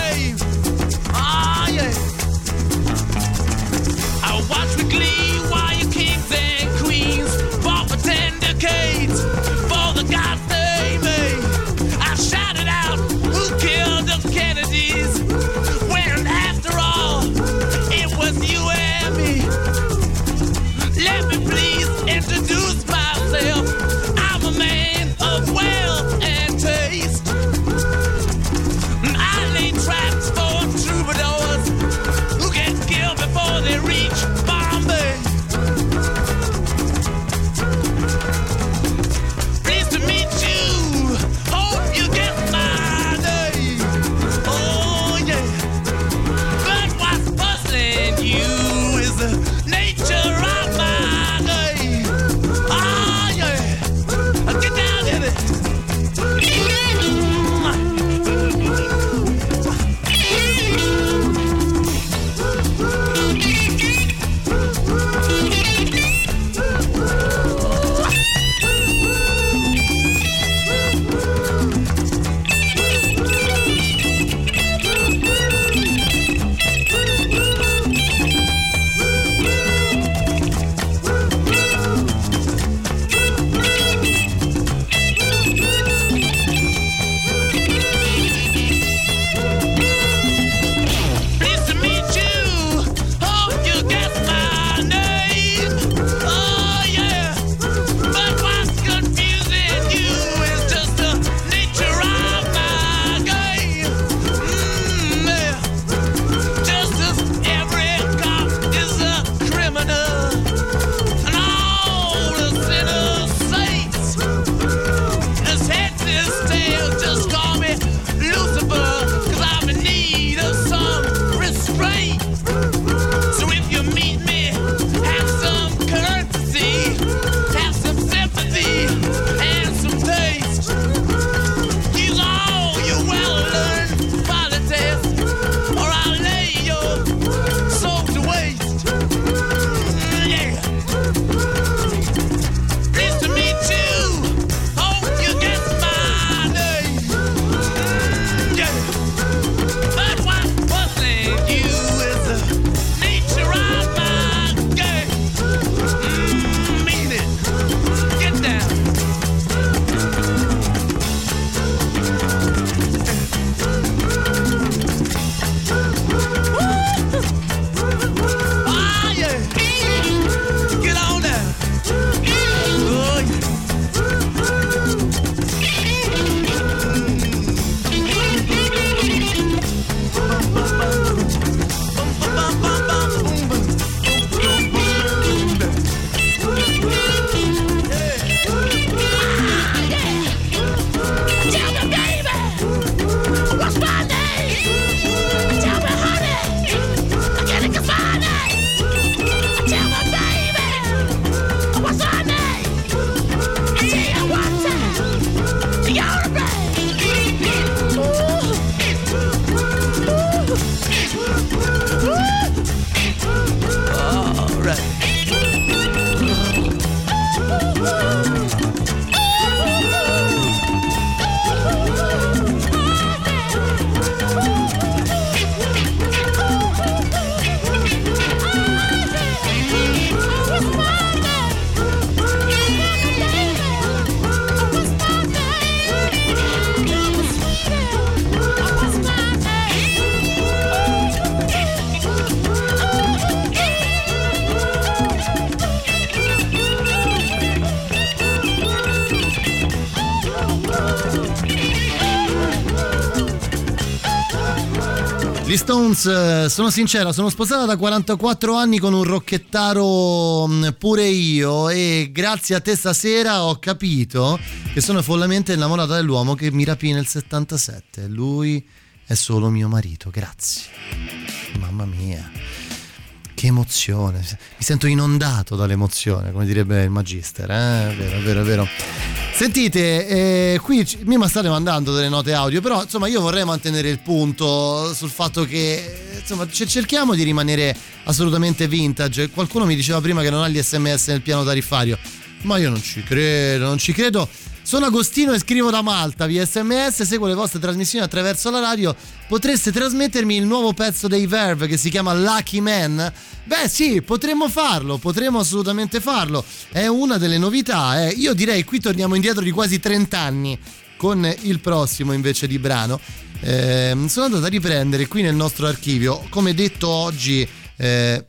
Gli Stones, sono sincera, sono sposata da 44 anni con un rocchettaro pure io, e grazie a te stasera ho capito che sono follamente innamorata dell'uomo che mi rapì nel 77. Lui è solo mio marito, grazie. Mamma mia, che emozione, mi sento inondato dall'emozione, come direbbe il Magister, vero. Sentite, qui mi state mandando delle note audio, però insomma io vorrei mantenere il punto sul fatto che insomma cerchiamo di rimanere assolutamente vintage. Qualcuno mi diceva prima che non ha gli SMS nel piano tariffario, ma io non ci credo. Sono Agostino e scrivo da Malta via SMS, seguo le vostre trasmissioni attraverso la radio. Potreste trasmettermi il nuovo pezzo dei Verve che si chiama Lucky Man? Beh sì, potremmo assolutamente farlo, è una delle novità. Io direi qui torniamo indietro di quasi 30 anni con il prossimo invece di brano. Sono andato a riprendere qui nel nostro archivio, come detto oggi, cioè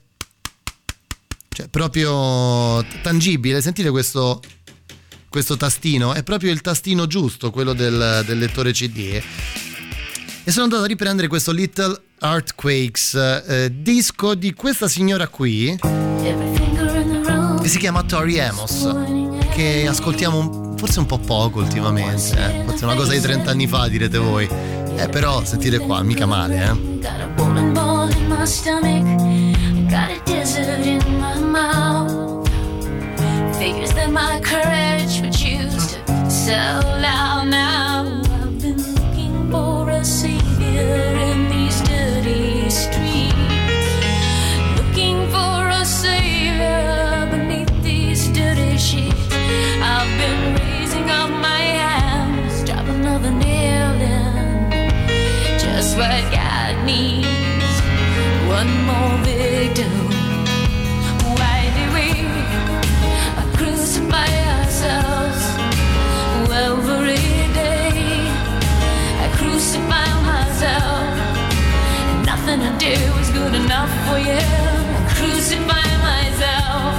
proprio tangibile. Sentite questo tastino, è proprio il tastino giusto, quello del lettore CD. E sono andato a riprendere questo Little Earthquakes, disco di questa signora qui che si chiama Tori Amos, che ascoltiamo forse un po' poco ultimamente, forse una cosa di 30 anni fa direte voi, però sentite qua, mica male, Got a bowling ball in my stomach, got a desert in my mouth. Figures that my courage would choose to sell out now. I've been looking for a savior in these dirty streets, looking for a savior beneath these dirty sheets. I've been raising up my hands, drop another nail in, just what God needs, one more victim. Why do we crucify ourselves every day? I crucify myself, and nothing I do is good enough for you. I crucify myself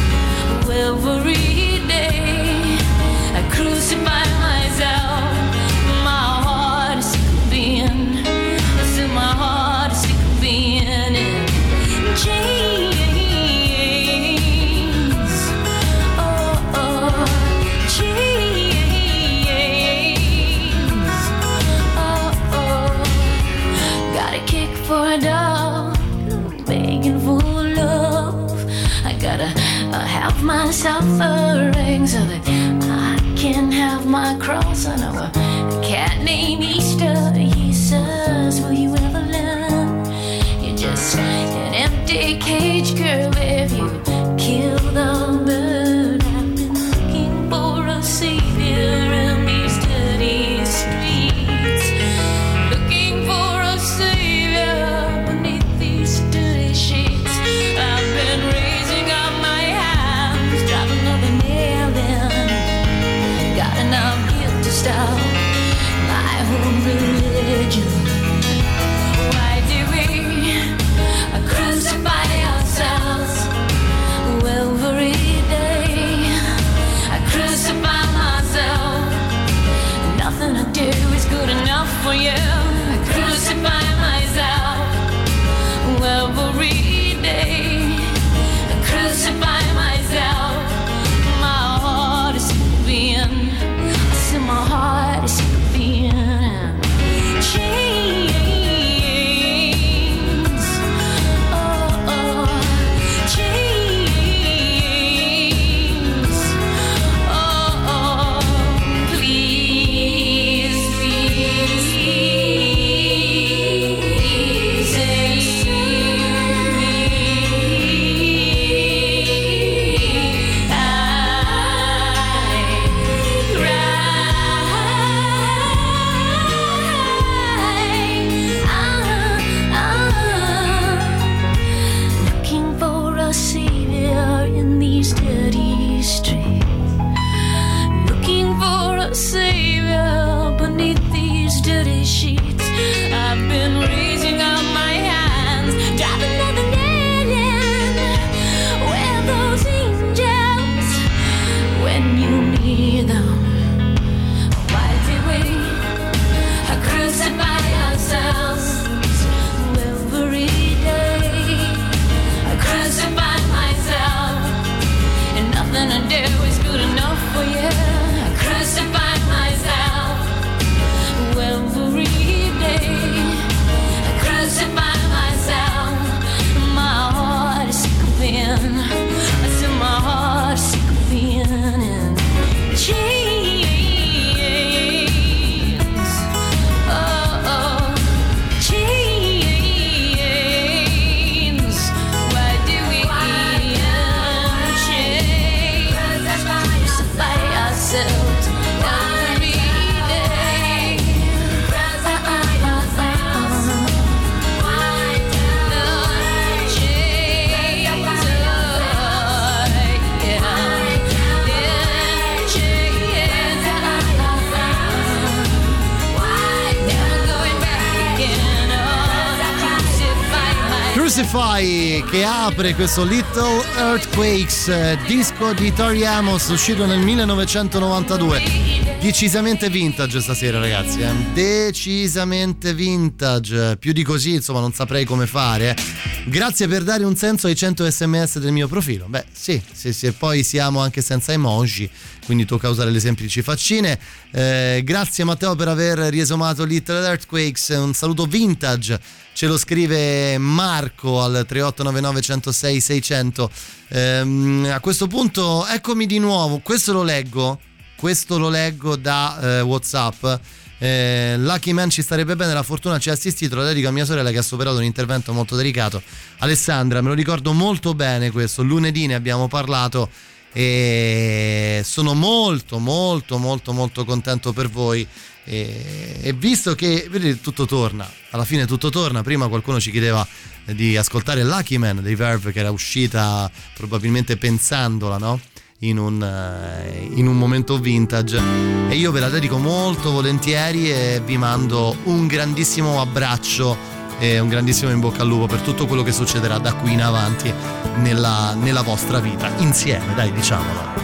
every day. I crucify myself. My heart is sick of being, my heart is sick of being in chains. For a dog, begging for love. I gotta have my suffering so that I can have my cross. I know a cat named Easter. He says, will you ever learn? You're just an empty cage, girl, if you kill the bird. I've been looking for a savior in these dirty streets, looking for a savior beneath these dirty sheets. I've been raising up my hands, drop another nail in. Got enough guilt to stop my whole religion. Why do we crucify ourselves every day? I crucify myself, nothing I do is good enough for you. I crucify myself every day. I crucify myself. My heart is being, I see my heart Crucify che apre questo Little Earthquakes, disco di Tori Amos uscito nel 1992. Decisamente vintage stasera, ragazzi, decisamente vintage, più di così insomma non saprei come fare. Grazie per dare un senso ai 100 sms del mio profilo. Beh sì, e poi siamo anche senza emoji, quindi tocca usare le semplici faccine. Grazie Matteo per aver riesumato Little Earthquakes, un saluto vintage, ce lo scrive Marco al 3899 106 600. A questo punto eccomi di nuovo, questo lo leggo da WhatsApp. Lucky Man ci starebbe bene, la fortuna ci ha assistito, la dedico a mia sorella che ha superato un intervento molto delicato. Alessandra, me lo ricordo molto bene questo, lunedì ne abbiamo parlato e sono molto contento per voi e visto che vedete tutto torna, alla fine tutto torna. Prima qualcuno ci chiedeva di ascoltare Lucky Man dei Verve, che era uscita probabilmente pensandola, no? In un momento vintage, e io ve la dedico molto volentieri e vi mando un grandissimo abbraccio e un grandissimo in bocca al lupo per tutto quello che succederà da qui in avanti nella vostra vita insieme, dai, diciamolo.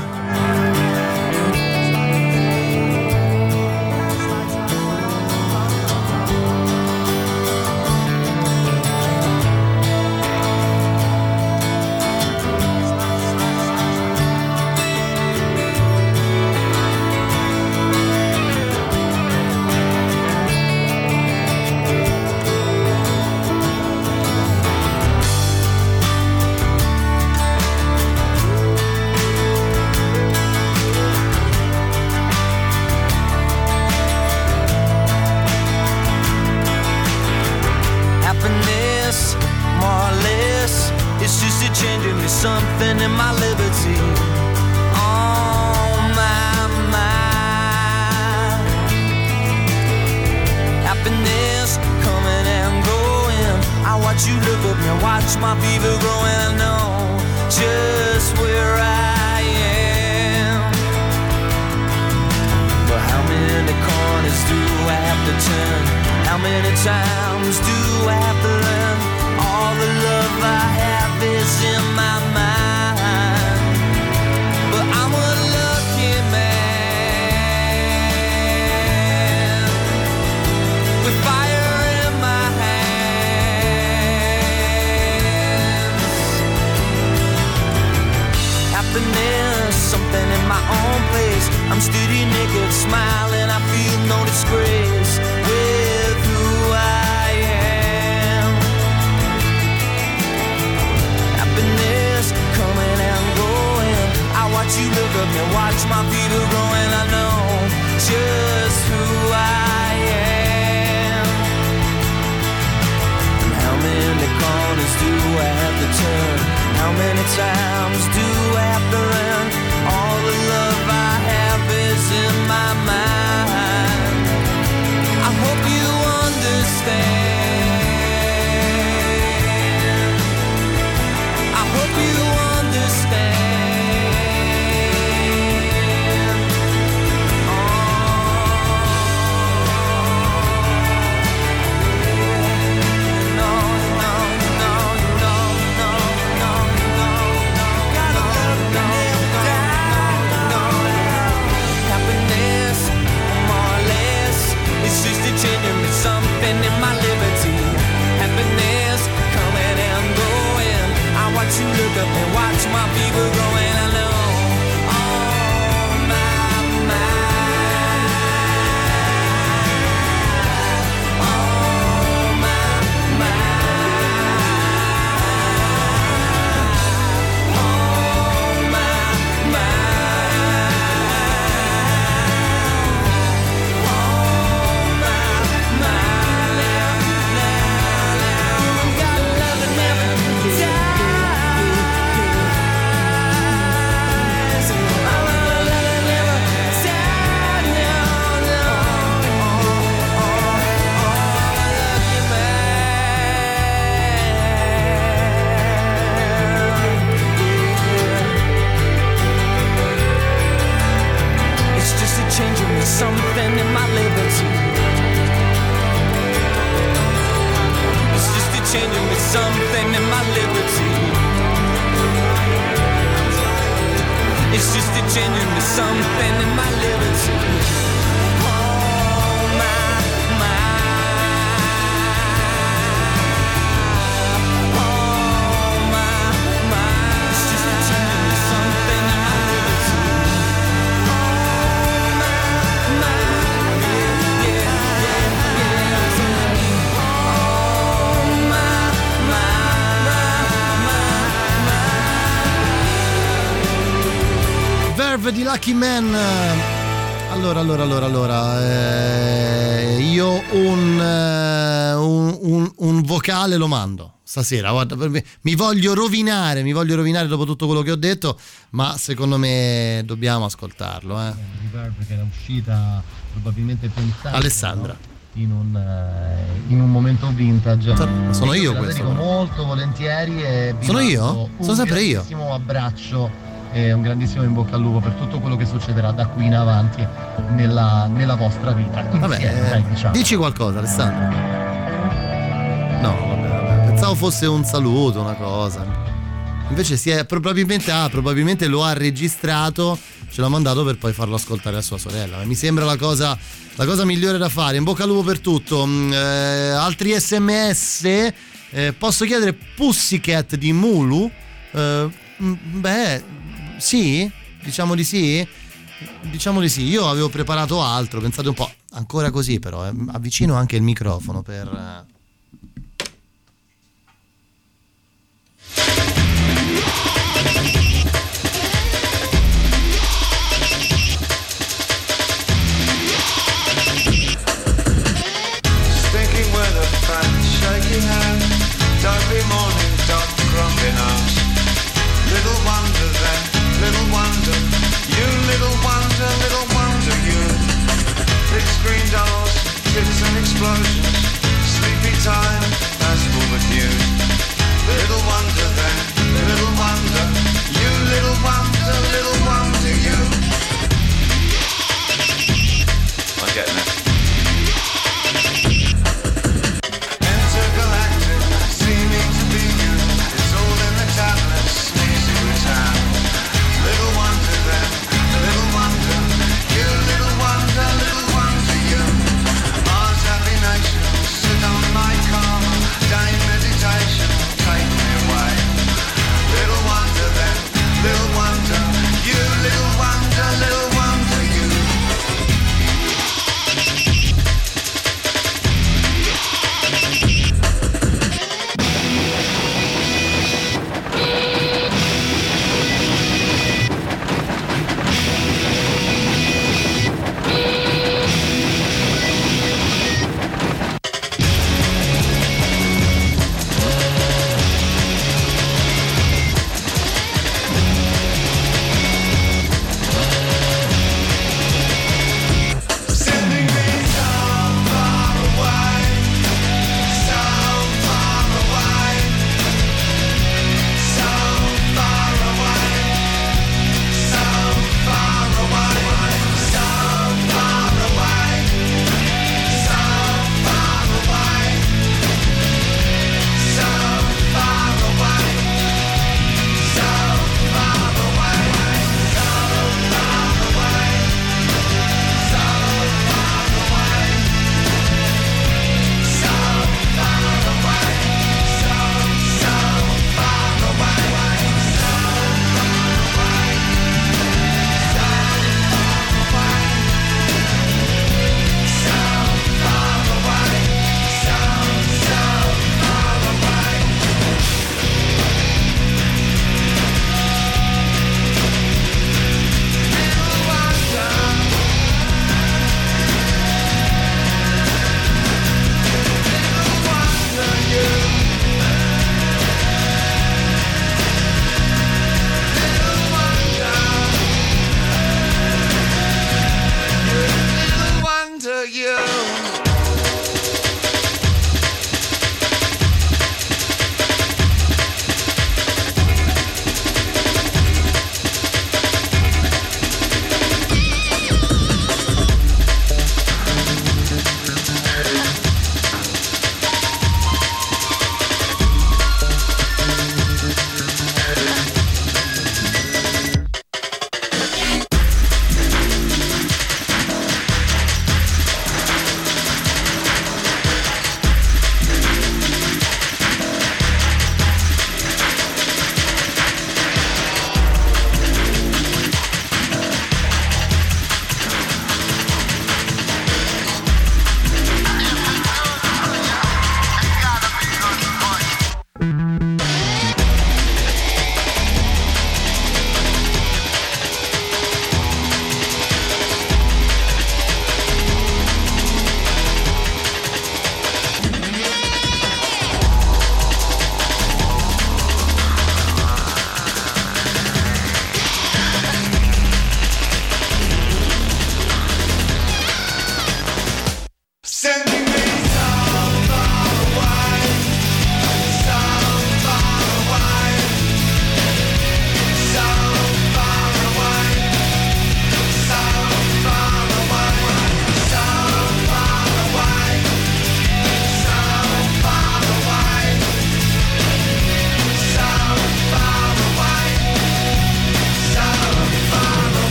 something in my liberty. It's just a genuine something in my liberty. Oh my, oh my, it's just a genuine something in my liberty. Oh my, yeah, yeah, yeah. Oh my. Verve di Lucky Man. Allora, io un vocale lo mando stasera, guarda, mi voglio rovinare dopo tutto quello che ho detto, ma secondo me dobbiamo ascoltarlo. Verve che era uscita probabilmente pensando, Alessandra, no? In un momento vintage. Sono io questo. Lo dico molto volentieri e sono io? Sono sempre io. Un grandissimo abbraccio e un grandissimo in bocca al lupo per tutto quello che succederà da qui in avanti nella vostra vita. Insieme, diciamo. Dici qualcosa, Alessandro? No, vabbè. Pensavo fosse un saluto, una cosa. Invece probabilmente lo ha registrato, ce l'ha mandato per poi farlo ascoltare a sua sorella. Mi sembra la cosa migliore da fare. In bocca al lupo per tutto. Altri SMS. Posso chiedere Pussycat di Mulu? Sì, diciamo di sì. Io avevo preparato altro, pensate un po', ancora così però, avvicino anche il microfono per Stinking weather, fat, shaky hand, dusty morning, dark, crumbling house. Little wonder then, little wonder, you little wonder you. Big screen doors, tits and explosions, sleepy time, that's for the news. Little wonder then, little wonder, you little wonder you. I'm getting it. Intergalactic, seeming to be you, it's all in the tablets, sneezy return. Little wonder then, little wonder, you little wonder you. Mars happy nations,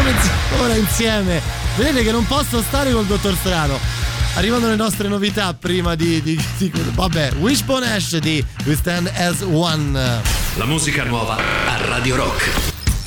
ora insieme. Vedete che non posso stare col dottor Strano. Arrivano le nostre novità prima di vabbè, Wishbone Ash di We Stand As One. La musica nuova a Radio Rock.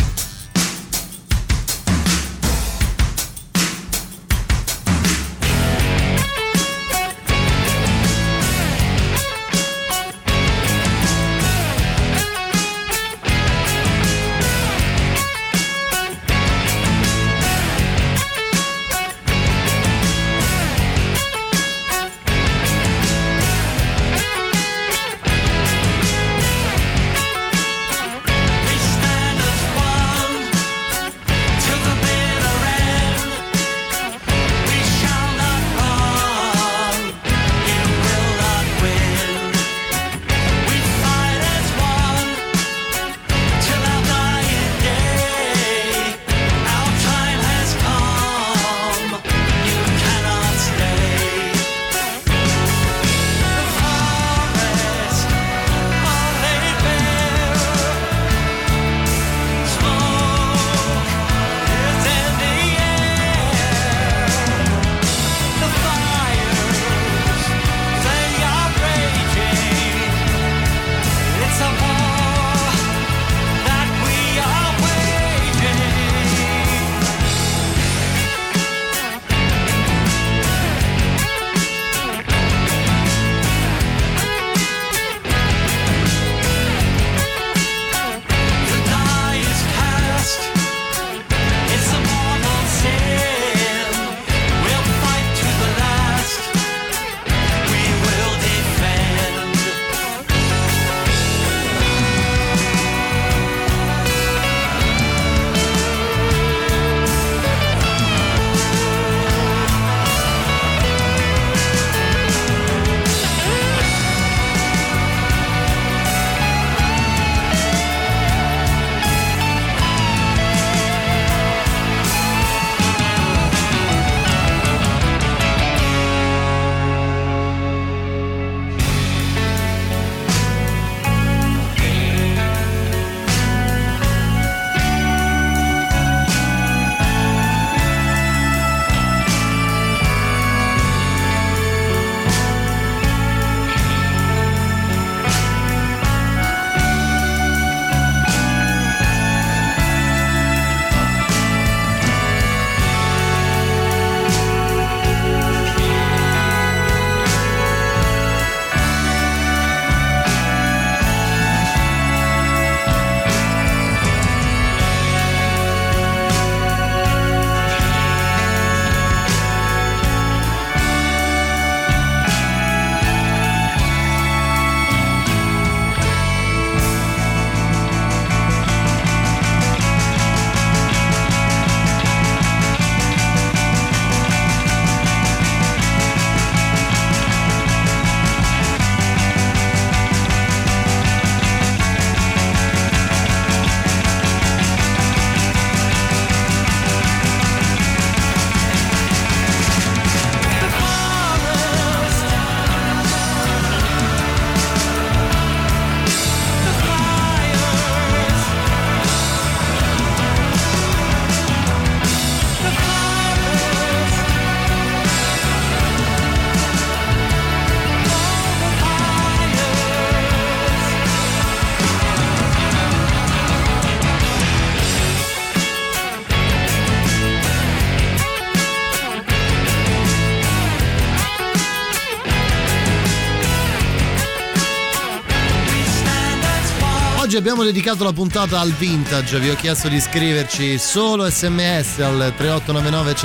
Oggi abbiamo dedicato la puntata al vintage, vi ho chiesto di scriverci solo SMS al 3899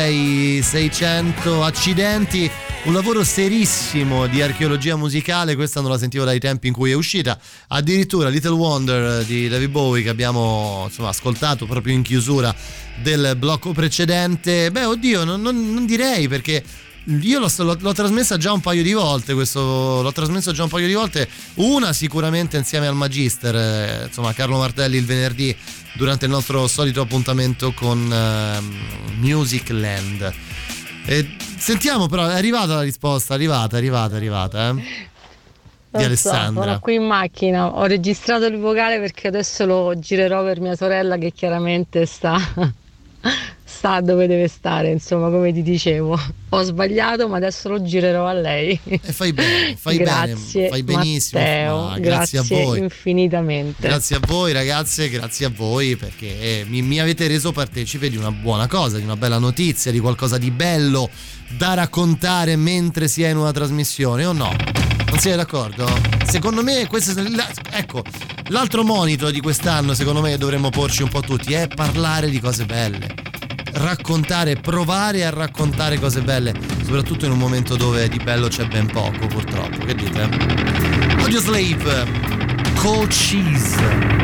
106 600. Accidenti, un lavoro serissimo di archeologia musicale, questa non la sentivo dai tempi in cui è uscita. Addirittura Little Wonder di David Bowie, che abbiamo insomma ascoltato proprio in chiusura del blocco precedente. Beh, oddio, non direi, perché io l'ho trasmessa già un paio di volte, l'ho trasmesso già un paio di volte, una sicuramente insieme al Magister, insomma Carlo Martelli, il venerdì durante il nostro solito appuntamento con Music Land. Sentiamo, però è arrivata la risposta, arrivata di Alessandra. Sono qui in macchina, ho registrato il vocale perché adesso lo girerò per mia sorella che chiaramente sta sta dove deve stare, insomma, come ti dicevo. Ho sbagliato, ma adesso lo girerò a lei. E fai bene, grazie, fai benissimo. Matteo, Grazie a voi infinitamente. Grazie a voi ragazze, grazie a voi perché mi avete reso partecipe di una buona cosa, di una bella notizia, di qualcosa di bello da raccontare mentre si è in una trasmissione, o no? Non siete d'accordo? Secondo me questo ecco, l'altro monito di quest'anno, secondo me, dovremmo porci un po' tutti, è parlare di cose belle, raccontare, provare a raccontare cose belle, soprattutto in un momento dove di bello c'è ben poco, purtroppo. Che dite? Audioslave, Cold Cheese.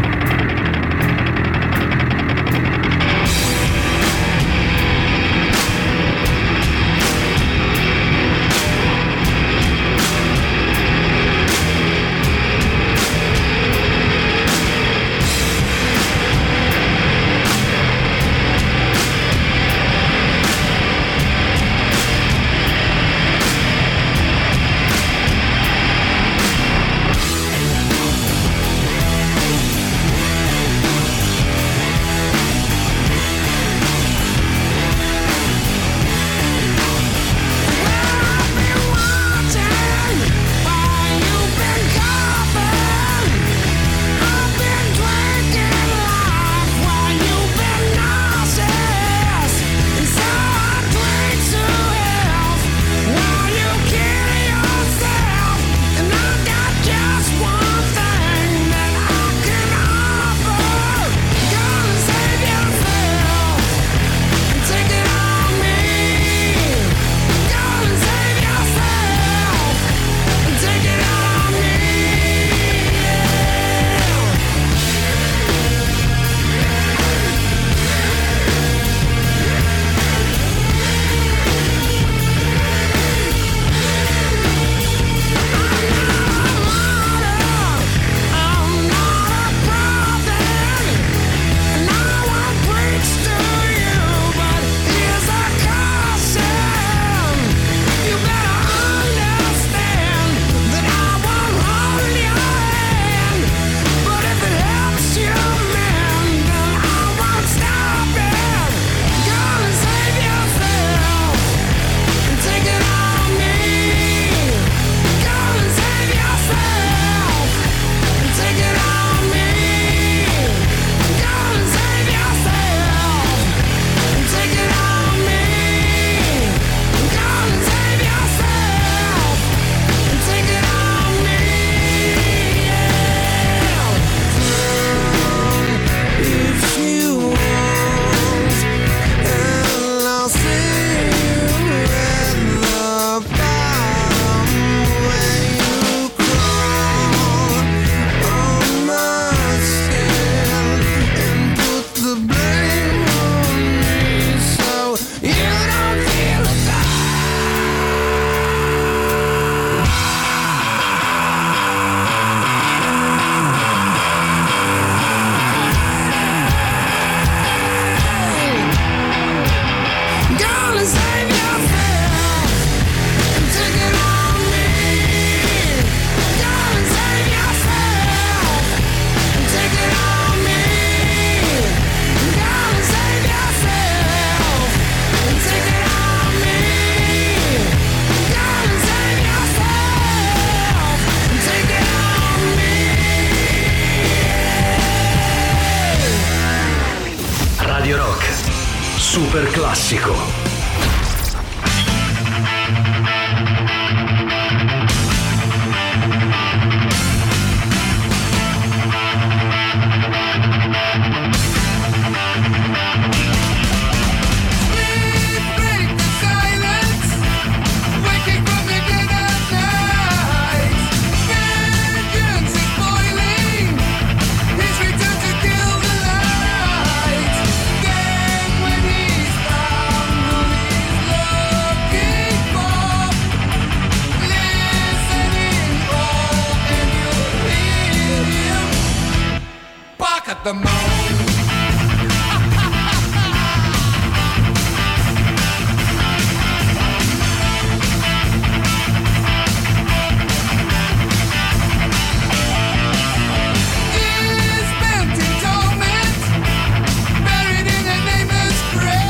Super classico. The moon. Spent in torment, buried in a neighbor's grave.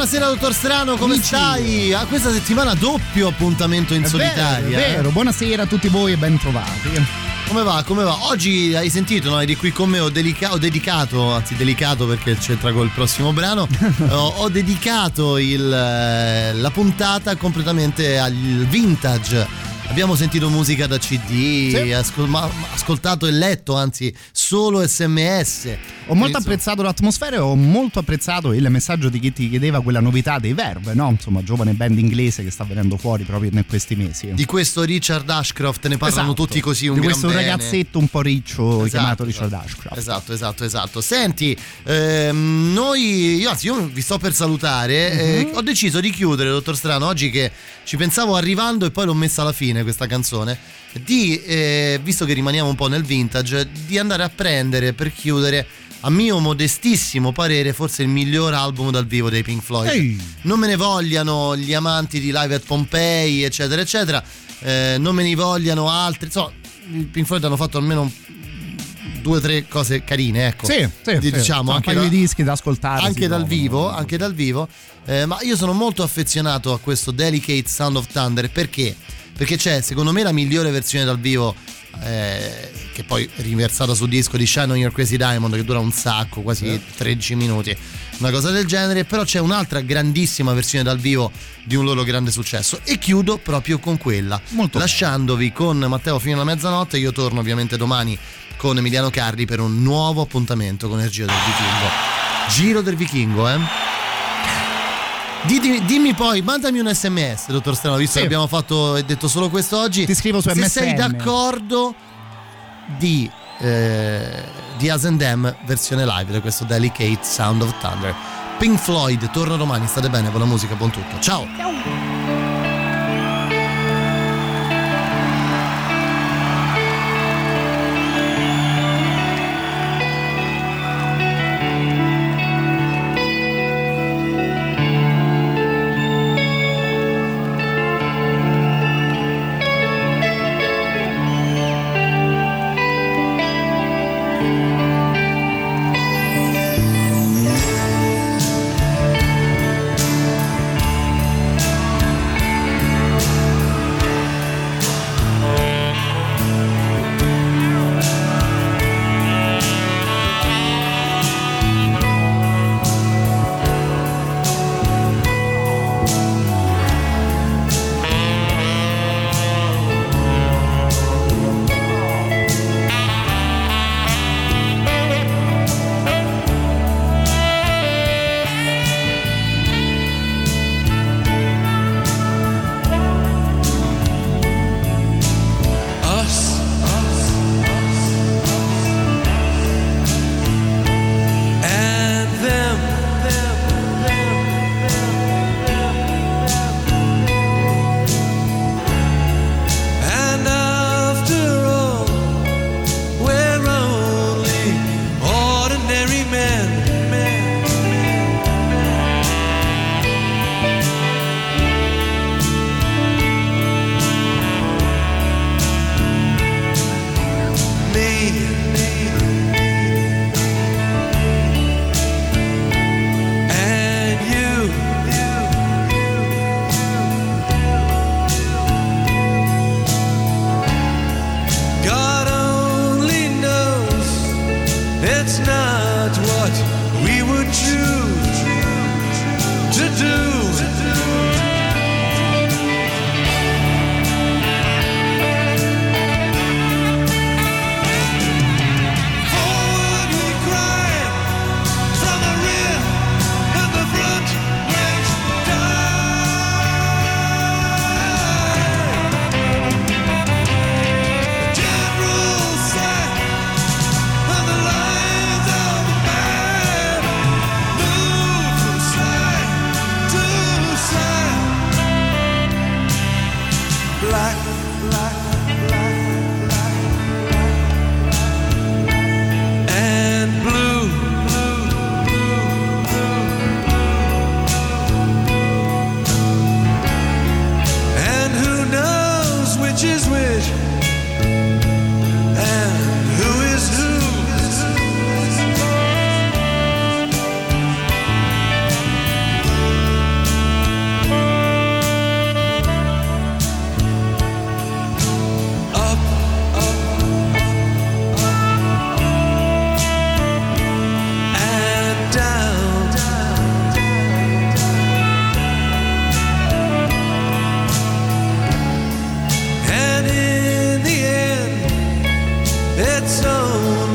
buonasera dottor Strano, come stai? Questa settimana doppio appuntamento in solitaria. È vero, buonasera a tutti voi e ben trovati. Come va? Oggi hai sentito, no? Eri qui con me, ho dedicato, anzi delicato perché c'entra col prossimo brano, ho dedicato la puntata completamente al vintage. Abbiamo sentito musica da CD, sì. Ascoltato e letto, anzi solo SMS. Ho molto apprezzato l'atmosfera e ho molto apprezzato il messaggio di chi ti chiedeva quella novità dei Verve, no? Insomma, giovane band inglese che sta venendo fuori proprio in questi mesi. Di questo Richard Ashcroft ne parlano tutti così un di gran questo bene. Ragazzetto un po' riccio chiamato Richard Ashcroft. Esatto. Senti, io vi sto per salutare. Ho deciso di chiudere, dottor Strano, oggi che ci pensavo arrivando e poi l'ho messa alla fine questa canzone, visto che rimaniamo un po' nel vintage, di andare a prendere per chiudere, a mio modestissimo parere, forse il miglior album dal vivo dei Pink Floyd. Ehi. Non me ne vogliano gli amanti di Live at Pompeii eccetera eccetera, non me ne vogliano altri, i Pink Floyd hanno fatto almeno 2 o 3 cose carine, ecco. Sì, diciamo, anche un paio di dischi da ascoltare anche dal vivo. Ma io sono molto affezionato a questo Delicate Sound of Thunder perché c'è, secondo me, la migliore versione dal vivo, che poi è riversata su disco, di Shine on Your Crazy Diamond, che dura un sacco, quasi 13 minuti, una cosa del genere. Però c'è un'altra grandissima versione dal vivo di un loro grande successo, e chiudo proprio con quella, lasciandovi con Matteo fino alla mezzanotte. Io torno ovviamente domani con Emiliano Carli per un nuovo appuntamento con il Giro del Vichingo. Giro del Vichingo, Dimmi poi, mandami un SMS, dottor Strano, visto che abbiamo fatto e detto solo questo oggi. Ti scrivo su MSN. Se sei d'accordo di Us and Them versione live di questo Delicate Sound of Thunder. Pink Floyd torna domani, state bene, buona musica, buon tutto. Ciao.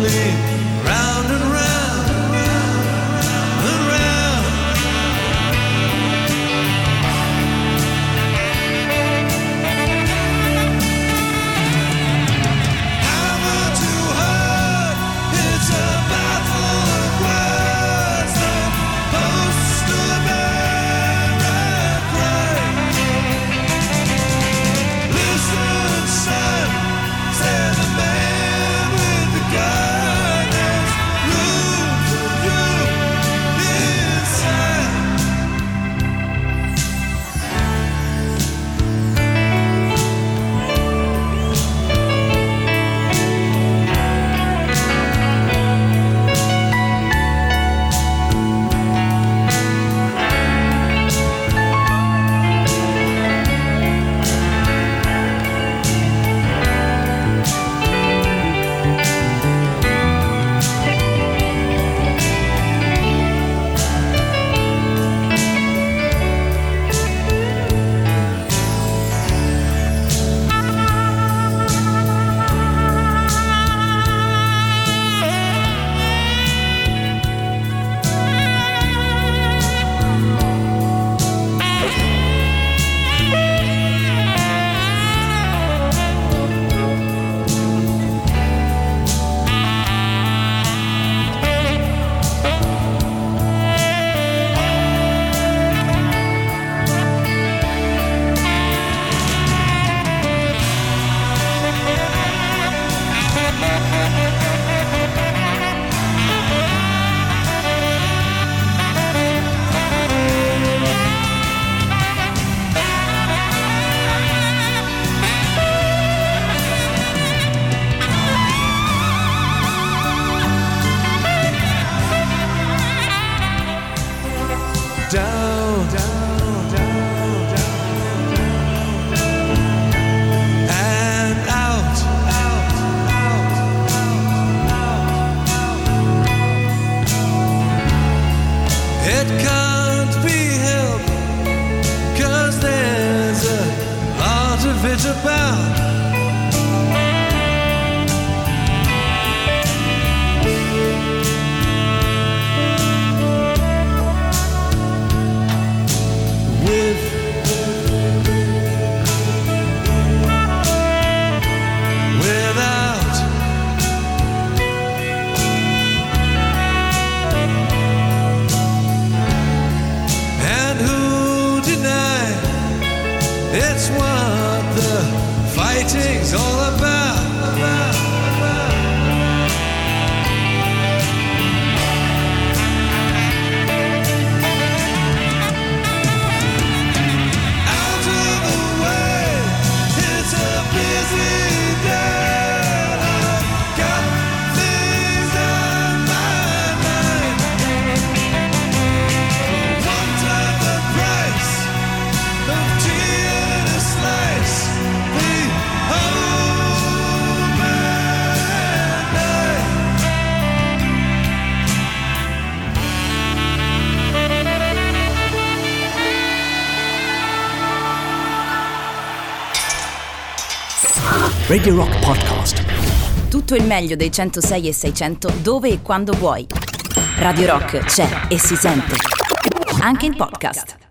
me round and round and round. Hammer to hurt, it's a battle of words. The poster bearer cry. Listen, son, said the man with the gun. There's room for you inside. Down, down, down, down, and out, out, out, out. It can't be helped, 'cause there's a lot of it about. Without, and who deny it's what the fighting's all about. Out of the way, it's a busy day. I've got things on my mind. One time the price of tea and a slice. The whole night. Radio Rock Podcast. Tutto il meglio dei 106 e 600 dove e quando vuoi. Radio Rock c'è e si sente. Anche in podcast.